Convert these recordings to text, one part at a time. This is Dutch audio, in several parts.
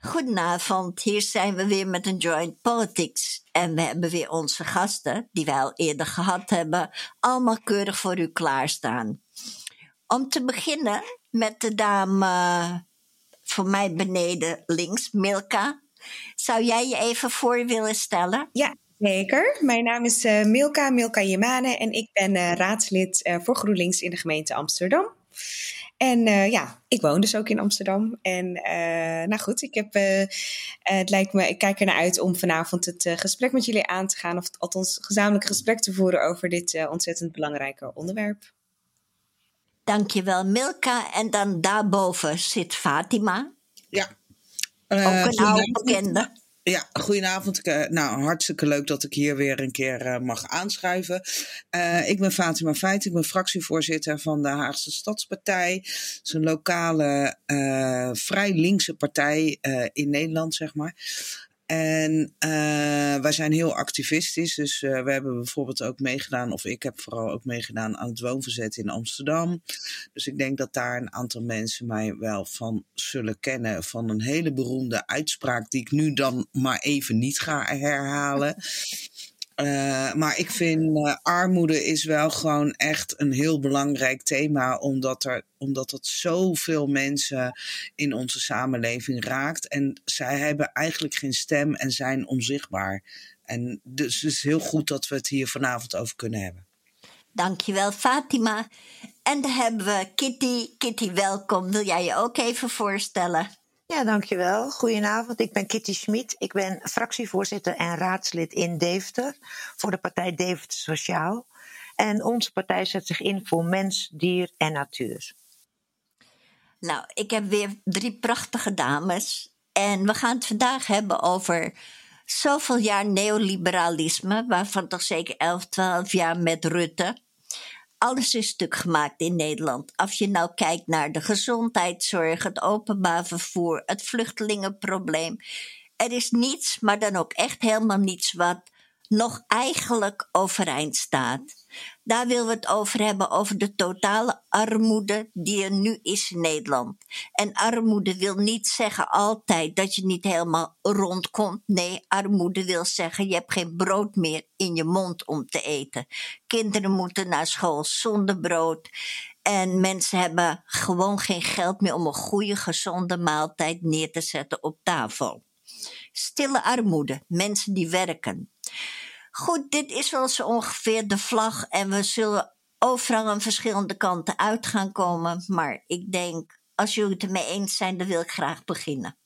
Goedenavond, hier zijn we weer met een Joint Politics. En we hebben weer onze gasten, die we al eerder gehad hebben, allemaal keurig voor u klaarstaan. Om te beginnen met de dame voor mij beneden links, Milka. Zou jij je even voor willen stellen? Ja, zeker. Mijn naam is Milka Jemane en ik ben raadslid voor GroenLinks in de gemeente Amsterdam. En ik woon dus ook in Amsterdam. En nou goed, het lijkt me, ik kijk ernaar uit om vanavond het gesprek met jullie aan te gaan. Of althans gezamenlijk gesprek te voeren over dit ontzettend belangrijke onderwerp. Dankjewel, Milka. En dan daarboven zit Fatima. Ja. Ook een oude bekende. Ja, goedenavond. Hartstikke leuk dat ik hier weer een keer mag aanschuiven. Ik ben Fatima Feit, ik ben fractievoorzitter van de Haagse Stadspartij. Het is een lokale, vrij linkse partij in Nederland, zeg maar. En wij zijn heel activistisch, dus we hebben bijvoorbeeld ook meegedaan, of ik heb vooral ook meegedaan aan het woonverzet in Amsterdam. Dus ik denk dat daar een aantal mensen mij wel van zullen kennen, van een hele beroemde uitspraak die ik nu dan maar even niet ga herhalen. Maar ik vind armoede is wel gewoon echt een heel belangrijk thema, omdat het zoveel mensen in onze samenleving raakt. En zij hebben eigenlijk geen stem en zijn onzichtbaar. En dus het is heel goed dat we het hier vanavond over kunnen hebben. Dankjewel, Fatima. En dan hebben we Kitty. Kitty, welkom. Wil jij je ook even voorstellen? Ja, dankjewel. Goedenavond, ik ben Kitty Schmid. Ik ben fractievoorzitter en raadslid in Deventer voor de partij Deventer Sociaal. En onze partij zet zich in voor mens, dier en natuur. Nou, ik heb weer 3 prachtige dames. En we gaan het vandaag hebben over zoveel jaar neoliberalisme, waarvan toch zeker 11, 12 jaar met Rutte. Alles is stuk gemaakt in Nederland. Als je nou kijkt naar de gezondheidszorg, het openbaar vervoer, het vluchtelingenprobleem. Er is niets, maar dan ook echt helemaal niets wat nog eigenlijk overeind staat. Daar willen we het over hebben, over de totale armoede die er nu is in Nederland. En armoede wil niet zeggen altijd dat je niet helemaal rondkomt. Nee, armoede wil zeggen je hebt geen brood meer in je mond om te eten. Kinderen moeten naar school zonder brood. En mensen hebben gewoon geen geld meer om een goede, gezonde maaltijd neer te zetten op tafel. Stille armoede, mensen die werken. Goed, dit is wel zo ongeveer de vlag en we zullen overal aan verschillende kanten uit gaan komen. Maar ik denk, als jullie het ermee eens zijn, dan wil ik graag beginnen.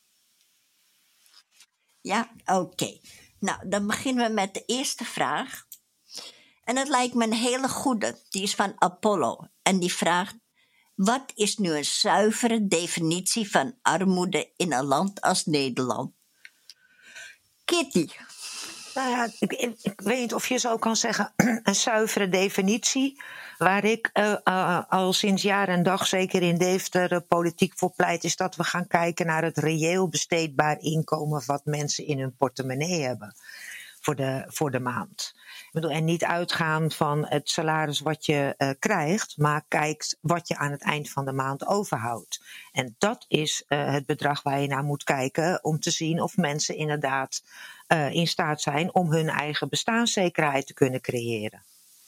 Ja, oké. Nou, dan beginnen we met de eerste vraag. En dat lijkt me een hele goede. Die is van Apollo. En die vraagt, wat is nu een zuivere definitie van armoede in een land als Nederland? Kitty. Nou ja, ik weet niet of je zo kan zeggen, een zuivere definitie. Waar ik al sinds jaar en dag, zeker in Deventer, politiek voor pleit, is dat we gaan kijken naar het reëel besteedbaar inkomen wat mensen in hun portemonnee hebben voor de maand. Ik bedoel, en niet uitgaan van het salaris wat je krijgt, maar kijkt wat je aan het eind van de maand overhoudt. En dat is het bedrag waar je naar moet kijken om te zien of mensen inderdaad in staat zijn om hun eigen bestaanszekerheid te kunnen creëren.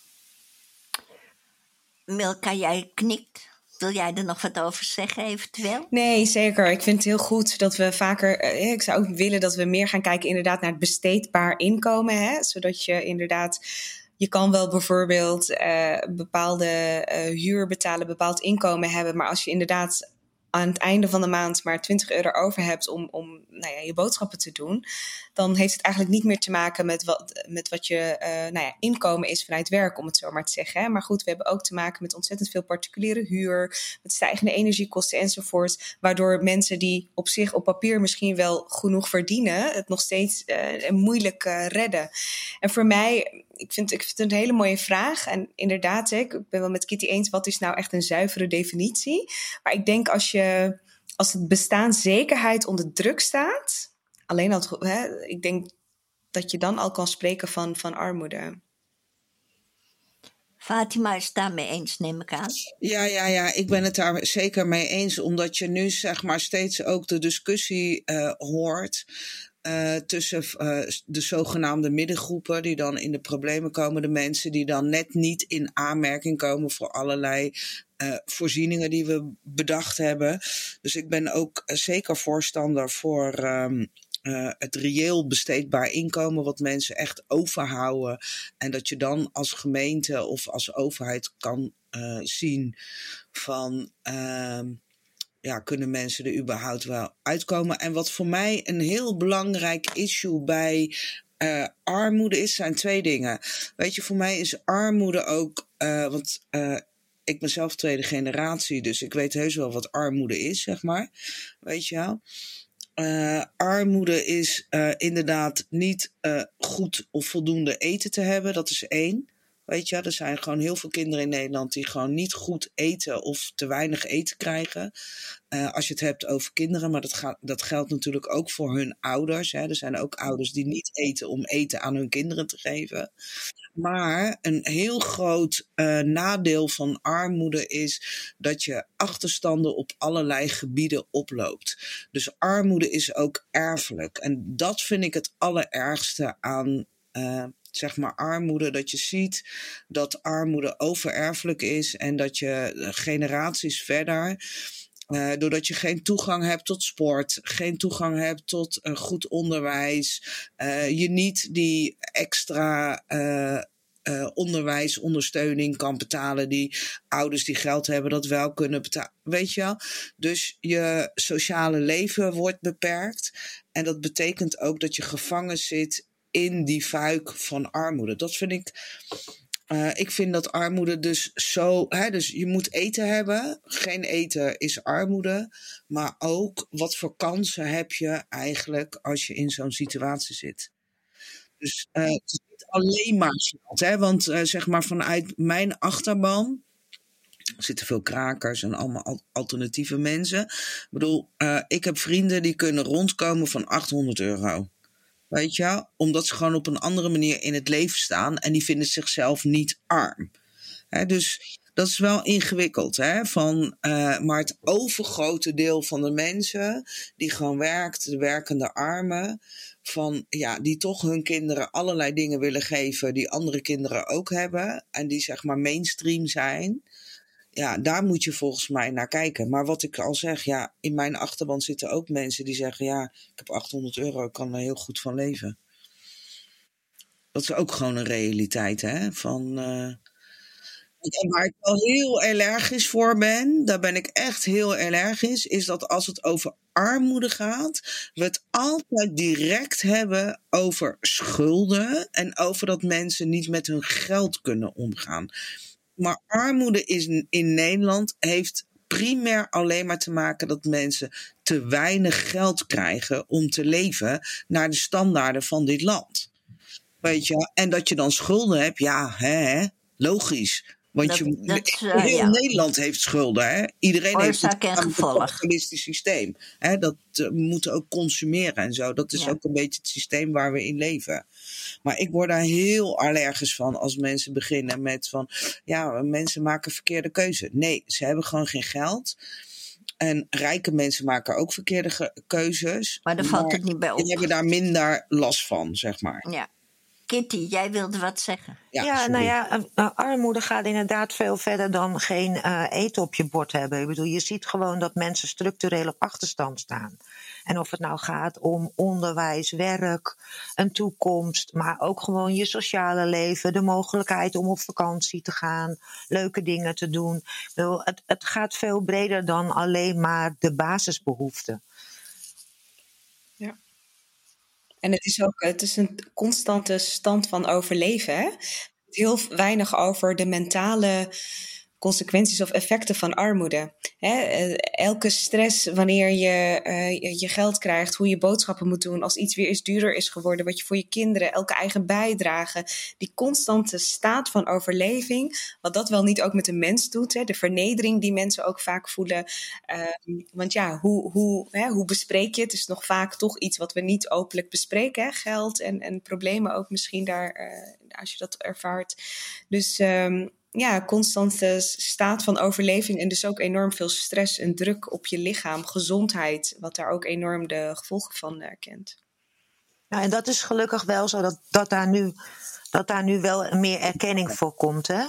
Milka, jij knikt. Wil jij er nog wat over zeggen eventueel? Nee, zeker. Ik vind het heel goed dat we vaker... ik zou ook willen dat we meer gaan kijken inderdaad naar het besteedbaar inkomen. Hè? Zodat je inderdaad... Je kan wel bijvoorbeeld bepaalde huur betalen, bepaald inkomen hebben. Maar als je inderdaad aan het einde van de maand maar €20 over hebt om je boodschappen te doen, dan heeft het eigenlijk niet meer te maken met wat je inkomen is vanuit werk, om het zo maar te zeggen. Hè. Maar goed, we hebben ook te maken met ontzettend veel particuliere huur, met stijgende energiekosten enzovoort, waardoor mensen die op zich op papier misschien wel genoeg verdienen, het nog steeds moeilijk redden. En voor mij, ik vind het een hele mooie vraag. En inderdaad, ik ben wel met Kitty eens, wat is nou echt een zuivere definitie? Maar ik denk als het bestaanszekerheid onder druk staat, alleen al, ik denk dat je dan al kan spreken van armoede. Fatima is het daarmee eens, neem ik aan. Ja, ik ben het daar zeker mee eens. Omdat je nu zeg maar steeds ook de discussie hoort tussen de zogenaamde middengroepen die dan in de problemen komen. De mensen die dan net niet in aanmerking komen voor allerlei voorzieningen die we bedacht hebben. Dus ik ben ook zeker voorstander voor het reëel besteedbaar inkomen wat mensen echt overhouden. En dat je dan als gemeente of als overheid kan zien van kunnen mensen er überhaupt wel uitkomen. En wat voor mij een heel belangrijk issue bij armoede is, zijn 2 dingen. Weet je, voor mij is armoede ook, want ik ben zelf 2e generatie, dus ik weet heus wel wat armoede is, zeg maar. Weet je wel? Armoede is inderdaad niet goed of voldoende eten te hebben. Dat is 1. Weet je, er zijn gewoon heel veel kinderen in Nederland die gewoon niet goed eten of te weinig eten krijgen. Als je het hebt over kinderen, maar dat geldt natuurlijk ook voor hun ouders. Hè. Er zijn ook ouders die niet eten om eten aan hun kinderen te geven. Maar een heel groot nadeel van armoede is dat je achterstanden op allerlei gebieden oploopt. Dus armoede is ook erfelijk. En dat vind ik het allerergste aan zeg maar armoede, dat je ziet dat armoede overerfelijk is en dat je generaties verder, doordat je geen toegang hebt tot sport, geen toegang hebt tot een goed onderwijs, je niet die extra onderwijsondersteuning kan betalen, die ouders die geld hebben dat wel kunnen betalen, weet je wel. Dus je sociale leven wordt beperkt en dat betekent ook dat je gevangen zit in die fuik van armoede. Dat vind ik vind dat armoede dus zo, dus je moet eten hebben. Geen eten is armoede. Maar ook wat voor kansen heb je eigenlijk als je in zo'n situatie zit. Dus het is niet alleen maar geld. Want zeg maar vanuit mijn achterban zitten veel krakers en allemaal alternatieve mensen. Ik bedoel, ik heb vrienden die kunnen rondkomen van €800. Weet je wel? Omdat ze gewoon op een andere manier in het leven staan. En die vinden zichzelf niet arm. Dus dat is wel ingewikkeld. Maar het overgrote deel van de mensen die gewoon werkt, de werkende armen, die toch hun kinderen allerlei dingen willen geven die andere kinderen ook hebben. En die zeg maar mainstream zijn. Ja, daar moet je volgens mij naar kijken. Maar wat ik al zeg, in mijn achterban zitten ook mensen die zeggen, ik heb €800, ik kan er heel goed van leven. Dat is ook gewoon een realiteit, hè. En waar ik wel heel allergisch voor ben, daar ben ik echt heel allergisch, is dat als het over armoede gaat, we het altijd direct hebben over schulden en over dat mensen niet met hun geld kunnen omgaan. Maar armoede in Nederland heeft primair alleen maar te maken dat mensen te weinig geld krijgen om te leven naar de standaarden van dit land. Weet je, en dat je dan schulden hebt, logisch. Want heel Nederland heeft schulden. Hè? Iedereen heeft het kapitalistisch systeem. Dat moeten ook consumeren en zo. Dat is ook een beetje het systeem waar we in leven. Maar ik word daar heel allergisch van als mensen beginnen met mensen maken verkeerde keuzes. Nee, ze hebben gewoon geen geld. En rijke mensen maken ook verkeerde keuzes. Maar dan valt het niet bij op. Die hebben daar minder last van, zeg maar. Ja. Kitty, jij wilde wat zeggen. Armoede gaat inderdaad veel verder dan geen eten op je bord hebben. Ik bedoel, je ziet gewoon dat mensen structureel op achterstand staan. En of het nou gaat om onderwijs, werk, een toekomst, maar ook gewoon je sociale leven, de mogelijkheid om op vakantie te gaan, leuke dingen te doen. Ik bedoel, het gaat veel breder dan alleen maar de basisbehoeften. Ja. En het is een constante stand van overleven. Hè? Heel weinig over de mentale consequenties of effecten van armoede. Elke stress wanneer je geld krijgt, hoe je boodschappen moet doen, als iets weer eens duurder is geworden, wat je voor je kinderen, elke eigen bijdrage, die constante staat van overleving, wat dat wel niet ook met een mens doet, de vernedering die mensen ook vaak voelen. Want hoe bespreek je het? Het is nog vaak toch iets wat we niet openlijk bespreken, hè? Geld en problemen ook misschien daar, als je dat ervaart. Dus constante staat van overleving en dus ook enorm veel stress en druk op je lichaam, gezondheid, wat daar ook enorm de gevolgen van kent. Nou, en dat is gelukkig wel zo dat daar nu wel meer erkenning voor komt, hè?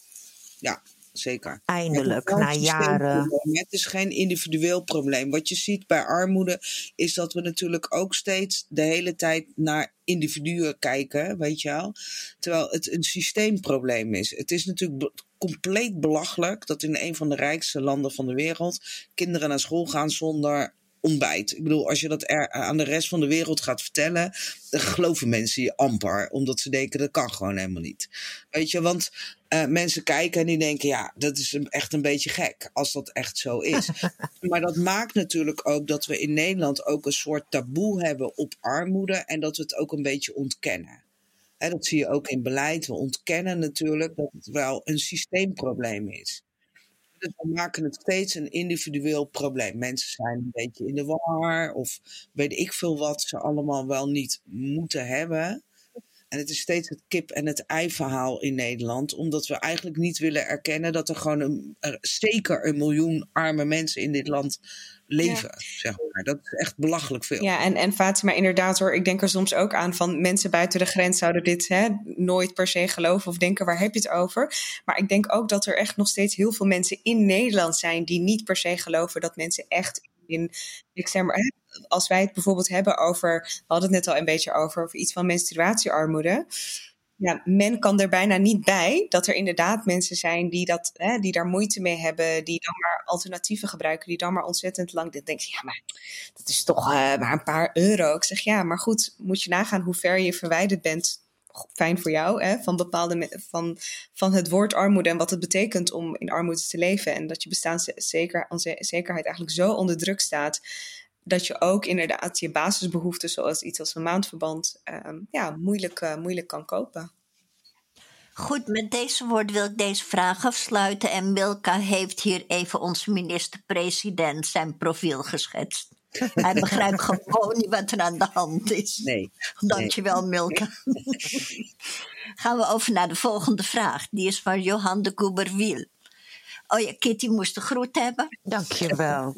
Ja, zeker. Eindelijk, Het is wel na een jaren. systeemprobleem. Het is geen individueel probleem. Wat je ziet bij armoede is dat we natuurlijk ook steeds de hele tijd naar individuen kijken, weet je wel. Terwijl het een systeemprobleem is. Het is natuurlijk compleet belachelijk dat in een van de rijkste landen van de wereld kinderen naar school gaan zonder ontbijt. Ik bedoel, als je dat aan de rest van de wereld gaat vertellen, dan geloven mensen je amper, omdat ze denken dat kan gewoon helemaal niet. Weet je, want mensen kijken en die denken, ja, dat is echt een beetje gek, als dat echt zo is. Maar dat maakt natuurlijk ook dat we in Nederland ook een soort taboe hebben op armoede en dat we het ook een beetje ontkennen. Dat zie je ook in beleid. We ontkennen natuurlijk dat het wel een systeemprobleem is. Dus we maken het steeds een individueel probleem. Mensen zijn een beetje in de war of weet ik veel wat ze allemaal wel niet moeten hebben. En het is steeds het kip- en het ei-verhaal in Nederland. Omdat we eigenlijk niet willen erkennen dat er gewoon zeker 1 miljoen arme mensen in dit land leven. Ja. Zeg maar. Dat is echt belachelijk veel. Ja, en Fatima, inderdaad hoor. Ik denk er soms ook aan van mensen buiten de grens zouden dit nooit per se geloven of denken, waar heb je het over? Maar ik denk ook dat er echt nog steeds heel veel mensen in Nederland zijn die niet per se geloven dat mensen echt ik zeg maar, als wij het bijvoorbeeld hebben over, we hadden het net al een beetje over iets van menstruatiearmoede. Ja, men kan er bijna niet bij dat er inderdaad mensen zijn die daar moeite mee hebben, die dan maar alternatieven gebruiken, die dan maar ontzettend lang. Dan denk je, ja, maar dat is toch maar een paar euro. Ik zeg, ja, maar goed, moet je nagaan hoe ver je verwijderd bent. Fijn voor jou, van bepaalde van het woord armoede en wat het betekent om in armoede te leven. En dat je bestaanszekerheid eigenlijk zo onder druk staat, dat je ook inderdaad je basisbehoeften, zoals iets als een maandverband, moeilijk kan kopen. Goed, met deze woorden wil ik deze vraag afsluiten. En Milka heeft hier even onze minister-president zijn profiel geschetst. Hij begrijpt gewoon niet wat er aan de hand is. Nee. Dankjewel, Milka. Gaan we over naar de volgende vraag. Die is van Johan de Gouberville. Oh ja, Kitty moest de groet hebben. Dankjewel.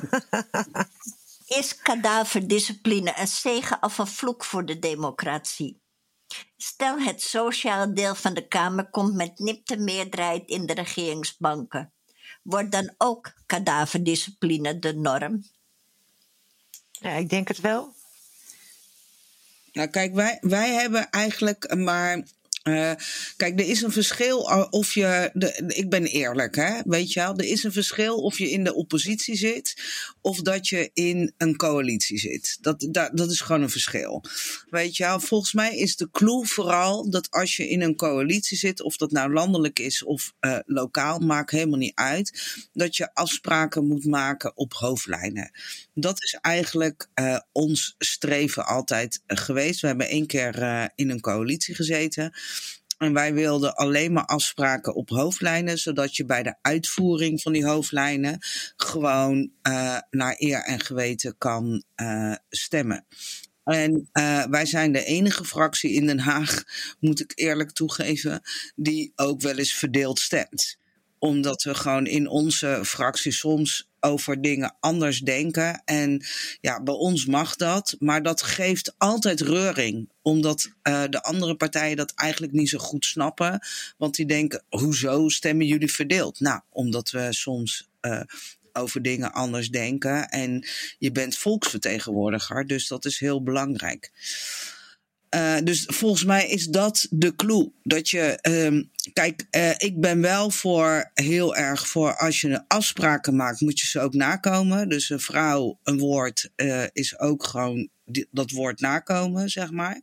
Is kadaverdiscipline een zegen of een vloek voor de democratie? Stel, het sociale deel van de Kamer komt met nipte meerderheid in de regeringsbanken. Wordt dan ook kadaverdiscipline de norm? Ja, ik denk het wel. Nou kijk, wij hebben eigenlijk maar... kijk, er is een verschil of je... ik ben eerlijk, hè, weet je wel. Er is een verschil of je in de oppositie zit of dat je in een coalitie zit. Dat is gewoon een verschil. Weet je wel, volgens mij is de clue vooral dat als je in een coalitie zit, of dat nou landelijk is of lokaal, maakt helemaal niet uit, dat je afspraken moet maken op hoofdlijnen. Dat is eigenlijk ons streven altijd geweest. We hebben 1 keer in een coalitie gezeten. En wij wilden alleen maar afspraken op hoofdlijnen, zodat je bij de uitvoering van die hoofdlijnen gewoon naar eer en geweten kan stemmen. En wij zijn de enige fractie in Den Haag, moet ik eerlijk toegeven, die ook wel eens verdeeld stemt. Omdat we gewoon in onze fractie soms over dingen anders denken. En ja, bij ons mag dat. Maar dat geeft altijd reuring. Omdat de andere partijen dat eigenlijk niet zo goed snappen. Want die denken, hoezo stemmen jullie verdeeld? Nou, omdat we soms over dingen anders denken. En je bent volksvertegenwoordiger. Dus dat is heel belangrijk. Dus volgens mij is dat de clue. Dat je, kijk, ik ben wel heel erg voor als je afspraken maakt, moet je ze ook nakomen. Dus een vrouw, een woord is ook gewoon dat woord nakomen, zeg maar.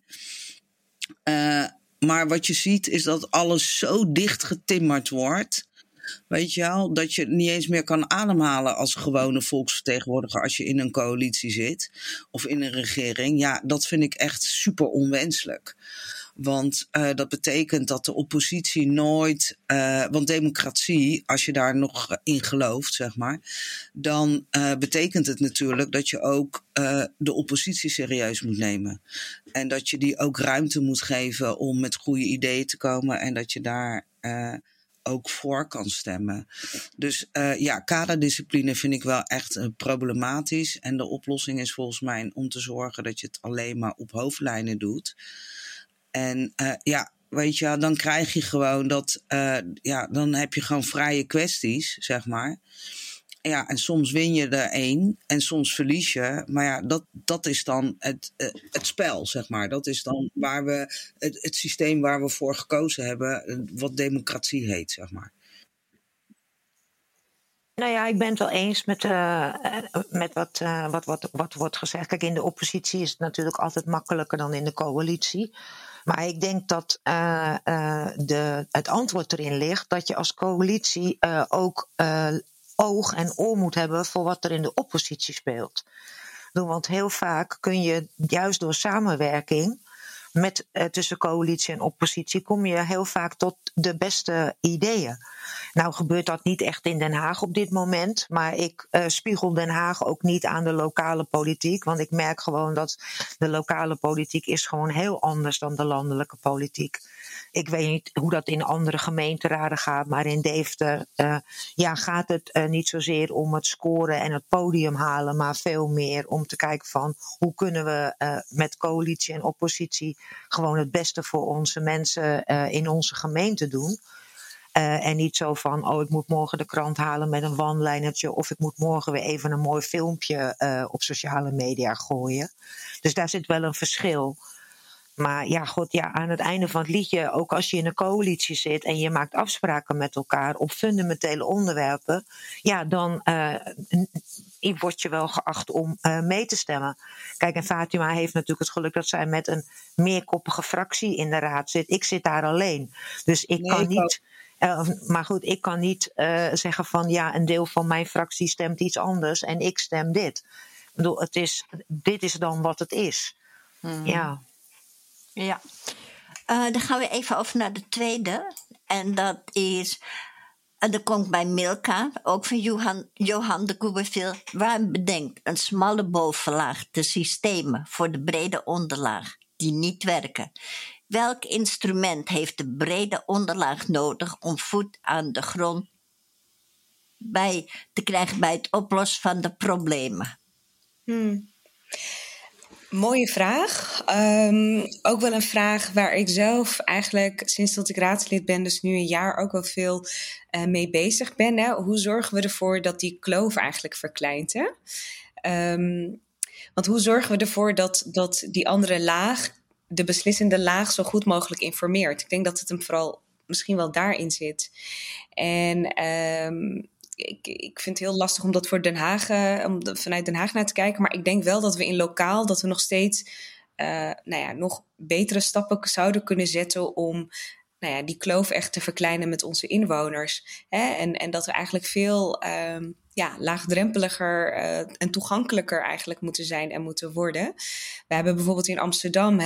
Maar wat je ziet is dat alles zo dicht getimmerd wordt. Weet je wel, dat je niet eens meer kan ademhalen als gewone volksvertegenwoordiger als je in een coalitie zit of in een regering. Ja, dat vind ik echt super onwenselijk. Want dat betekent dat de oppositie nooit, want democratie, als je daar nog in gelooft, zeg maar, dan betekent het natuurlijk dat je ook de oppositie serieus moet nemen. En dat je die ook ruimte moet geven om met goede ideeën te komen en dat je daar ook voor kan stemmen. Dus kaderdiscipline vind ik wel echt problematisch. En de oplossing is volgens mij om te zorgen dat je het alleen maar op hoofdlijnen doet. En weet je, dan krijg je gewoon dat, dan heb je gewoon vrije kwesties, zeg maar. Ja, en soms win je er één en soms verlies je. Maar ja, dat is dan het spel, zeg maar. Dat is dan waar we het systeem waar we voor gekozen hebben, wat democratie heet, zeg maar. Nou ja, ik ben het wel eens met wat wordt gezegd. Kijk, in de oppositie is het natuurlijk altijd makkelijker dan in de coalitie. Maar ik denk dat het antwoord erin ligt dat je als coalitie ook oog en oor moet hebben voor wat er in de oppositie speelt. Want heel vaak kun je juist door samenwerking tussen coalitie en oppositie kom je heel vaak tot de beste ideeën. Nou gebeurt dat niet echt in Den Haag op dit moment, maar ik spiegel Den Haag ook niet aan de lokale politiek, want ik merk gewoon dat de lokale politiek is gewoon heel anders dan de landelijke politiek. Ik weet niet hoe dat in andere gemeenteraden gaat, maar in Deventer gaat het niet zozeer om het scoren en het podium halen, maar veel meer om te kijken van hoe kunnen we met coalitie en oppositie gewoon het beste voor onze mensen in onze gemeente doen. En niet zo van, ik moet morgen de krant halen met een one-linertje, of ik moet morgen weer even een mooi filmpje op sociale media gooien. Dus daar zit wel een verschil. Maar aan het einde van het liedje, ook als je in een coalitie zit en je maakt afspraken met elkaar op fundamentele onderwerpen, dan word je wel geacht om mee te stemmen. Kijk, en Fatima heeft natuurlijk het geluk dat zij met een meerkoppige fractie in de raad zit. Ik zit daar alleen. Dus ik kan niet. Maar goed, ik kan niet zeggen van een deel van mijn fractie stemt iets anders en ik stem dit. Ik bedoel, dit is dan wat het is. Ja. Ja, dan gaan we even over naar de tweede. En dat is, dat komt bij Milka, ook van Johan de Goeberveel. Waarom bedenkt een smalle bovenlaag de systemen voor de brede onderlaag die niet werken? Welk instrument heeft de brede onderlaag nodig om voet aan de grond te krijgen bij het oplossen van de problemen? Mooie vraag. Ook wel een vraag waar ik zelf eigenlijk sinds dat ik raadslid ben, dus nu een jaar, ook wel veel mee bezig ben. Hè? Hoe zorgen we ervoor dat die kloof eigenlijk verkleint? Hè? Want hoe zorgen we ervoor dat die andere laag, de beslissende laag, zo goed mogelijk informeert? Ik denk dat het hem vooral misschien wel daarin zit. En ik vind het heel lastig om dat voor Den Haag, vanuit Den Haag naar te kijken. Maar ik denk wel dat we in lokaal, dat we nog steeds nog betere stappen zouden kunnen zetten om die kloof echt te verkleinen met onze inwoners. Hè? En dat we eigenlijk veel laagdrempeliger en toegankelijker eigenlijk moeten zijn en moeten worden. We hebben bijvoorbeeld in Amsterdam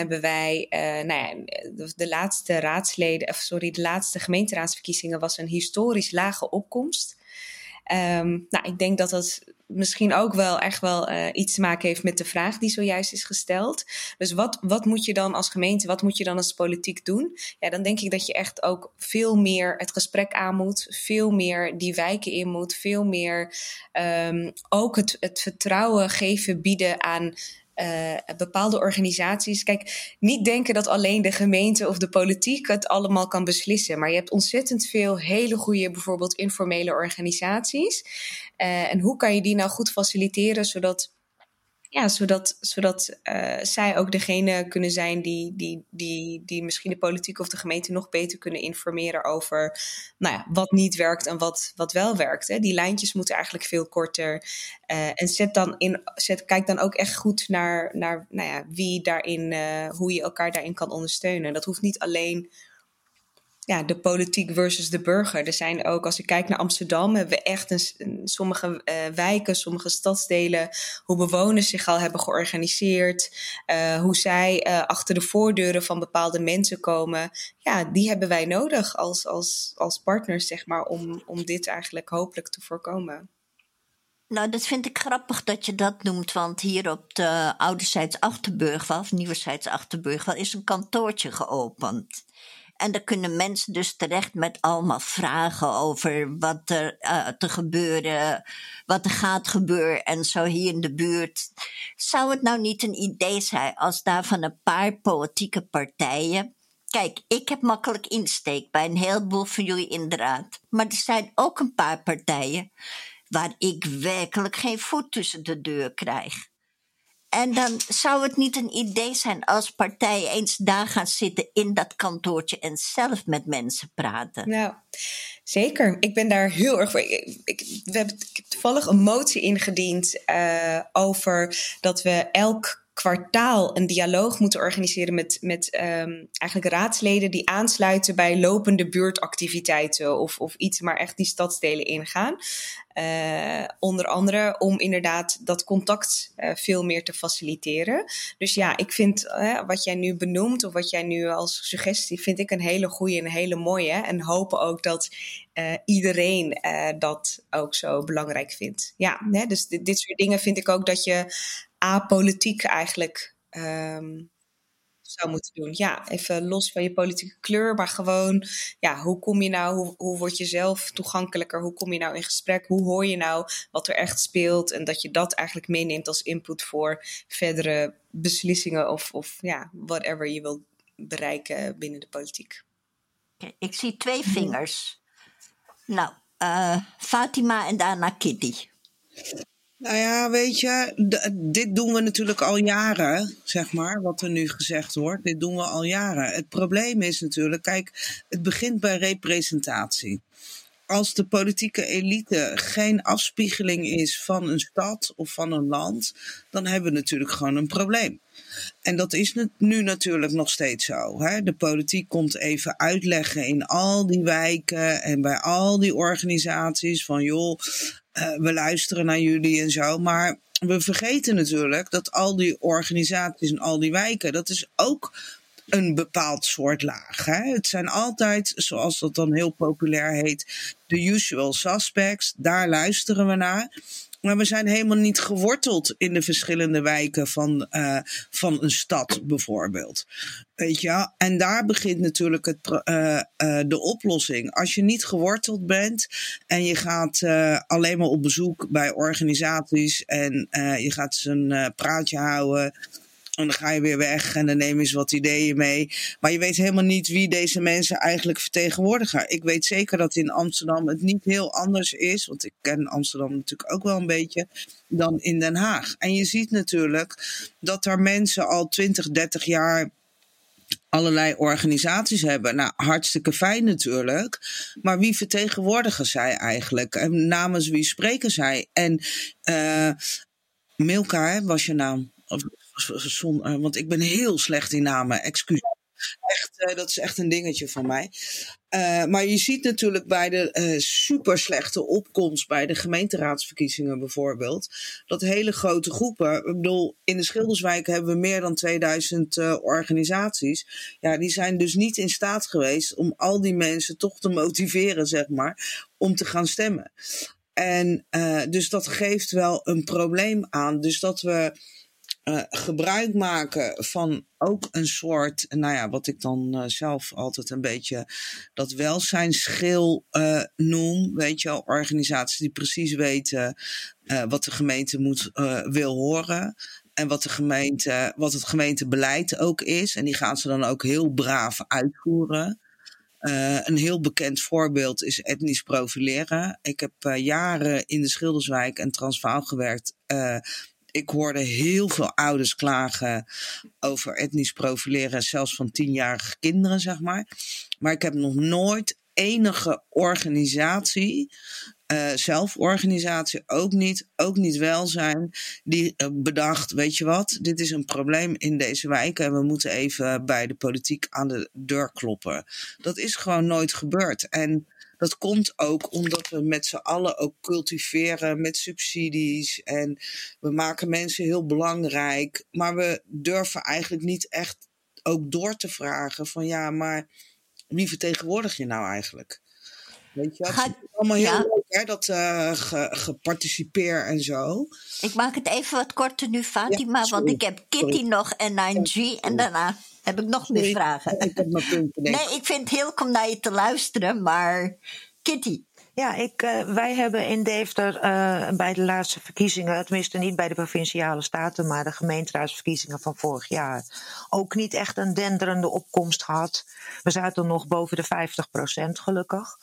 de laatste gemeenteraadsverkiezingen was een historisch lage opkomst. Ik denk dat dat misschien ook wel echt wel iets te maken heeft met de vraag die zojuist is gesteld. Dus wat moet je dan als gemeente, wat moet je dan als politiek doen? Ja, dan denk ik dat je echt ook veel meer het gesprek aan moet, veel meer die wijken in moet, veel meer ook het vertrouwen geven, bieden aan bepaalde organisaties. Kijk, niet denken dat alleen de gemeente of de politiek het allemaal kan beslissen. Maar je hebt ontzettend veel hele goede, bijvoorbeeld informele organisaties. En hoe kan je die nou goed faciliteren, zodat zij ook degene kunnen zijn die misschien de politiek of de gemeente nog beter kunnen informeren over wat niet werkt en wat wel werkt. Hè. Die lijntjes moeten eigenlijk veel korter. En kijk dan ook echt goed naar wie daarin, hoe je elkaar daarin kan ondersteunen. Dat hoeft niet alleen de politiek versus de burger. Er zijn ook, als ik kijk naar Amsterdam, hebben we echt sommige wijken, sommige stadsdelen, hoe bewoners zich al hebben georganiseerd, hoe zij achter de voordeuren van bepaalde mensen komen. Ja, die hebben wij nodig als partners, zeg maar, om dit eigenlijk hopelijk te voorkomen. Nou, dat vind ik grappig dat je dat noemt, want hier op de Ouderzijds Achterburgwal, of Nieuwerzijds Achterburgwal, is een kantoortje geopend. En dan kunnen mensen dus terecht met allemaal vragen over wat er wat er gaat gebeuren en zo hier in de buurt. Zou het nou niet een idee zijn als daar van een paar politieke partijen... Kijk, ik heb makkelijk insteek bij een heleboel van jullie inderdaad. Maar er zijn ook een paar partijen waar ik werkelijk geen voet tussen de deur krijg. En dan zou het niet een idee zijn als partijen eens daar gaan zitten in dat kantoortje en zelf met mensen praten. Nou, zeker. Ik ben daar heel erg voor. Ik heb toevallig een motie ingediend over dat we elk kwartaal een dialoog moeten organiseren met eigenlijk raadsleden die aansluiten bij lopende buurtactiviteiten of iets, maar echt die stadsdelen ingaan. Onder andere om inderdaad dat contact veel meer te faciliteren. Dus ja, ik vind wat jij nu benoemt of wat jij nu als suggestie, vind ik een hele goede en een hele mooie. En hopen ook dat iedereen dat ook zo belangrijk vindt. Ja, dus dit soort dingen vind ik ook dat je apolitiek eigenlijk zou moeten doen. Ja, even los van je politieke kleur, maar gewoon, ja, hoe kom je nou, hoe word je zelf toegankelijker? Hoe kom je nou in gesprek? Hoe hoor je nou wat er echt speelt? En dat je dat eigenlijk meeneemt als input voor verdere beslissingen of ja, whatever je wilt bereiken binnen de politiek. Okay, ik zie 2 vingers. Nou, Fatima en daarna Kitty. Nou ja, weet je, dit doen we natuurlijk al jaren, zeg maar, wat er nu gezegd wordt. Dit doen we al jaren. Het probleem is natuurlijk, kijk, het begint bij representatie. Als de politieke elite geen afspiegeling is van een stad of van een land, dan hebben we natuurlijk gewoon een probleem. En dat is nu natuurlijk nog steeds zo. Hè? De politiek komt even uitleggen in al die wijken en bij al die organisaties van joh, we luisteren naar jullie en zo. Maar we vergeten natuurlijk dat al die organisaties en al die wijken, dat is ook een bepaald soort laag. Hè? Het zijn altijd, zoals dat dan heel populair heet, the usual suspects. Daar luisteren we naar. Maar we zijn helemaal niet geworteld in de verschillende wijken van een stad bijvoorbeeld. Weet je? En daar begint natuurlijk de oplossing. Als je niet geworteld bent en je gaat alleen maar op bezoek bij organisaties en je gaat eens een praatje houden. En dan ga je weer weg en dan neem je eens wat ideeën mee. Maar je weet helemaal niet wie deze mensen eigenlijk vertegenwoordigen. Ik weet zeker dat in Amsterdam het niet heel anders is. Want ik ken Amsterdam natuurlijk ook wel een beetje. Dan in Den Haag. En je ziet natuurlijk dat er mensen al 20, 30 jaar allerlei organisaties hebben. Nou, hartstikke fijn natuurlijk. Maar wie vertegenwoordigen zij eigenlijk? En namens wie spreken zij? En Milka, was je naam? Want ik ben heel slecht in namen, excuus. Echt, dat is echt een dingetje van mij. Maar je ziet natuurlijk bij de super slechte opkomst bij de gemeenteraadsverkiezingen bijvoorbeeld, dat hele grote groepen, ik bedoel, in de Schilderswijk hebben we meer dan 2000 organisaties. Ja, die zijn dus niet in staat geweest om al die mensen toch te motiveren, zeg maar, om te gaan stemmen. En dus dat geeft wel een probleem aan. Dus dat we gebruik maken van ook een soort, nou ja, wat ik dan zelf altijd een beetje dat welzijnsschil noem. Weet je wel, organisaties die precies weten wat de gemeente wil horen. En wat het gemeentebeleid ook is. En die gaan ze dan ook heel braaf uitvoeren. Een heel bekend voorbeeld is etnisch profileren. Ik heb jaren in de Schilderswijk en Transvaal gewerkt. Ik hoorde heel veel ouders klagen over etnisch profileren, zelfs van 10-jarige kinderen, zeg maar. Maar ik heb nog nooit enige organisatie, zelforganisatie ook niet welzijn, die bedacht, weet je wat, dit is een probleem in deze wijken en we moeten even bij de politiek aan de deur kloppen. Dat is gewoon nooit gebeurd. En dat komt ook omdat we met z'n allen ook cultiveren met subsidies. En we maken mensen heel belangrijk. Maar we durven eigenlijk niet echt ook door te vragen van ja, maar wie vertegenwoordig je nou eigenlijk? Weet je, het Ga- is allemaal heel ja. leuk, hè, dat geparticipeer en zo. Ik maak het even wat korter nu, Fatima, Ja, sorry. want ik heb Kitty Sorry. nog en 9G en daarna heb ik nog meer Sorry. vragen. Ik heb mijn punten. Nee, ik vind het heel om naar je te luisteren, maar Kitty. Ja, wij hebben in Deventer bij de laatste verkiezingen, tenminste niet bij de provinciale staten, maar de gemeenteraadsverkiezingen van vorig jaar, ook niet echt een denderende opkomst gehad. We zaten nog boven de 50% gelukkig.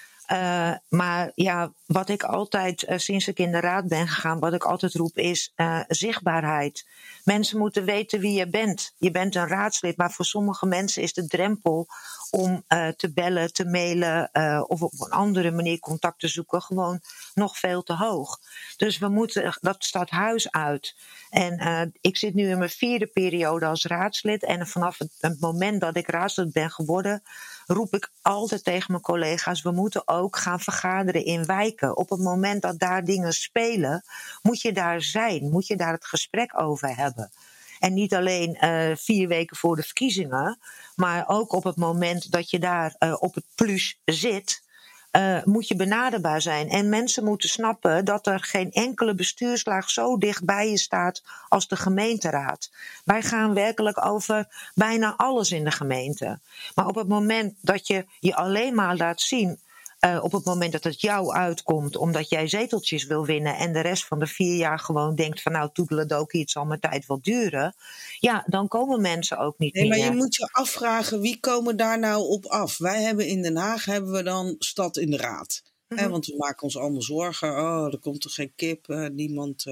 Maar ja, wat ik altijd, sinds ik in de raad ben gegaan, wat ik altijd roep is zichtbaarheid. Mensen moeten weten wie je bent. Je bent een raadslid, maar voor sommige mensen is de drempel om te bellen, te mailen of op een andere manier contact te zoeken gewoon nog veel te hoog. Dus we moeten dat stadhuis uit. En ik zit nu in mijn 4e periode als raadslid. En vanaf het moment dat ik raadslid ben geworden, roep ik altijd tegen mijn collega's, we moeten ook gaan vergaderen in wijken. Op het moment dat daar dingen spelen, moet je daar zijn, moet je daar het gesprek over hebben. En niet alleen 4 weken voor de verkiezingen, maar ook op het moment dat je daar op het plus zit, moet je benaderbaar zijn. En mensen moeten snappen dat er geen enkele bestuurslaag zo dicht bij je staat als de gemeenteraad. Wij gaan werkelijk over bijna alles in de gemeente. Maar op het moment dat je je alleen maar laat zien, op het moment dat het jou uitkomt omdat jij zeteltjes wil winnen en de rest van de 4 jaar gewoon denkt van nou toedeledokie, het zal mijn tijd wel duren. Ja, dan komen mensen ook niet meer. Nee, maar je moet je afvragen, wie komen daar nou op af? Wij hebben in Den Haag dan stad in de raad. Want we maken ons allemaal zorgen. Oh, er komt toch geen kip, niemand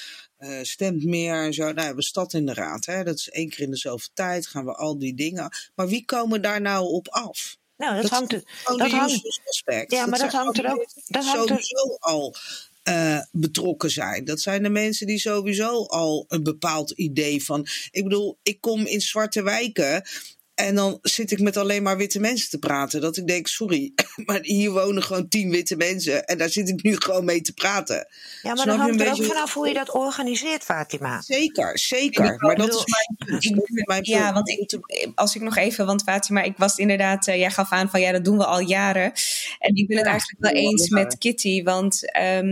stemt meer en zo. Nou, we hebben stad in de raad. Hè? Dat is 1 keer in de zoveel tijd, gaan we al die dingen. Maar wie komen daar nou op af? Nou, dat hangt aspect. Ja, maar dat hangt er ook. Dat hangt er sowieso al betrokken zijn. Dat zijn de mensen die sowieso al een bepaald idee van. Ik bedoel, ik kom in zwarte wijken. En dan zit ik met alleen maar witte mensen te praten. Dat ik denk, sorry, maar hier wonen gewoon 10 witte mensen. En daar zit ik nu gewoon mee te praten. Ja, maar dat hangt er ook vanaf hoe je dat organiseert, Fatima. Zeker. Maar dat is mijn punt. Ja, want als ik nog even, want Fatima, ik was inderdaad, jij gaf aan van ja, dat doen we al jaren. En ik ben het eigenlijk wel eens met Kitty, want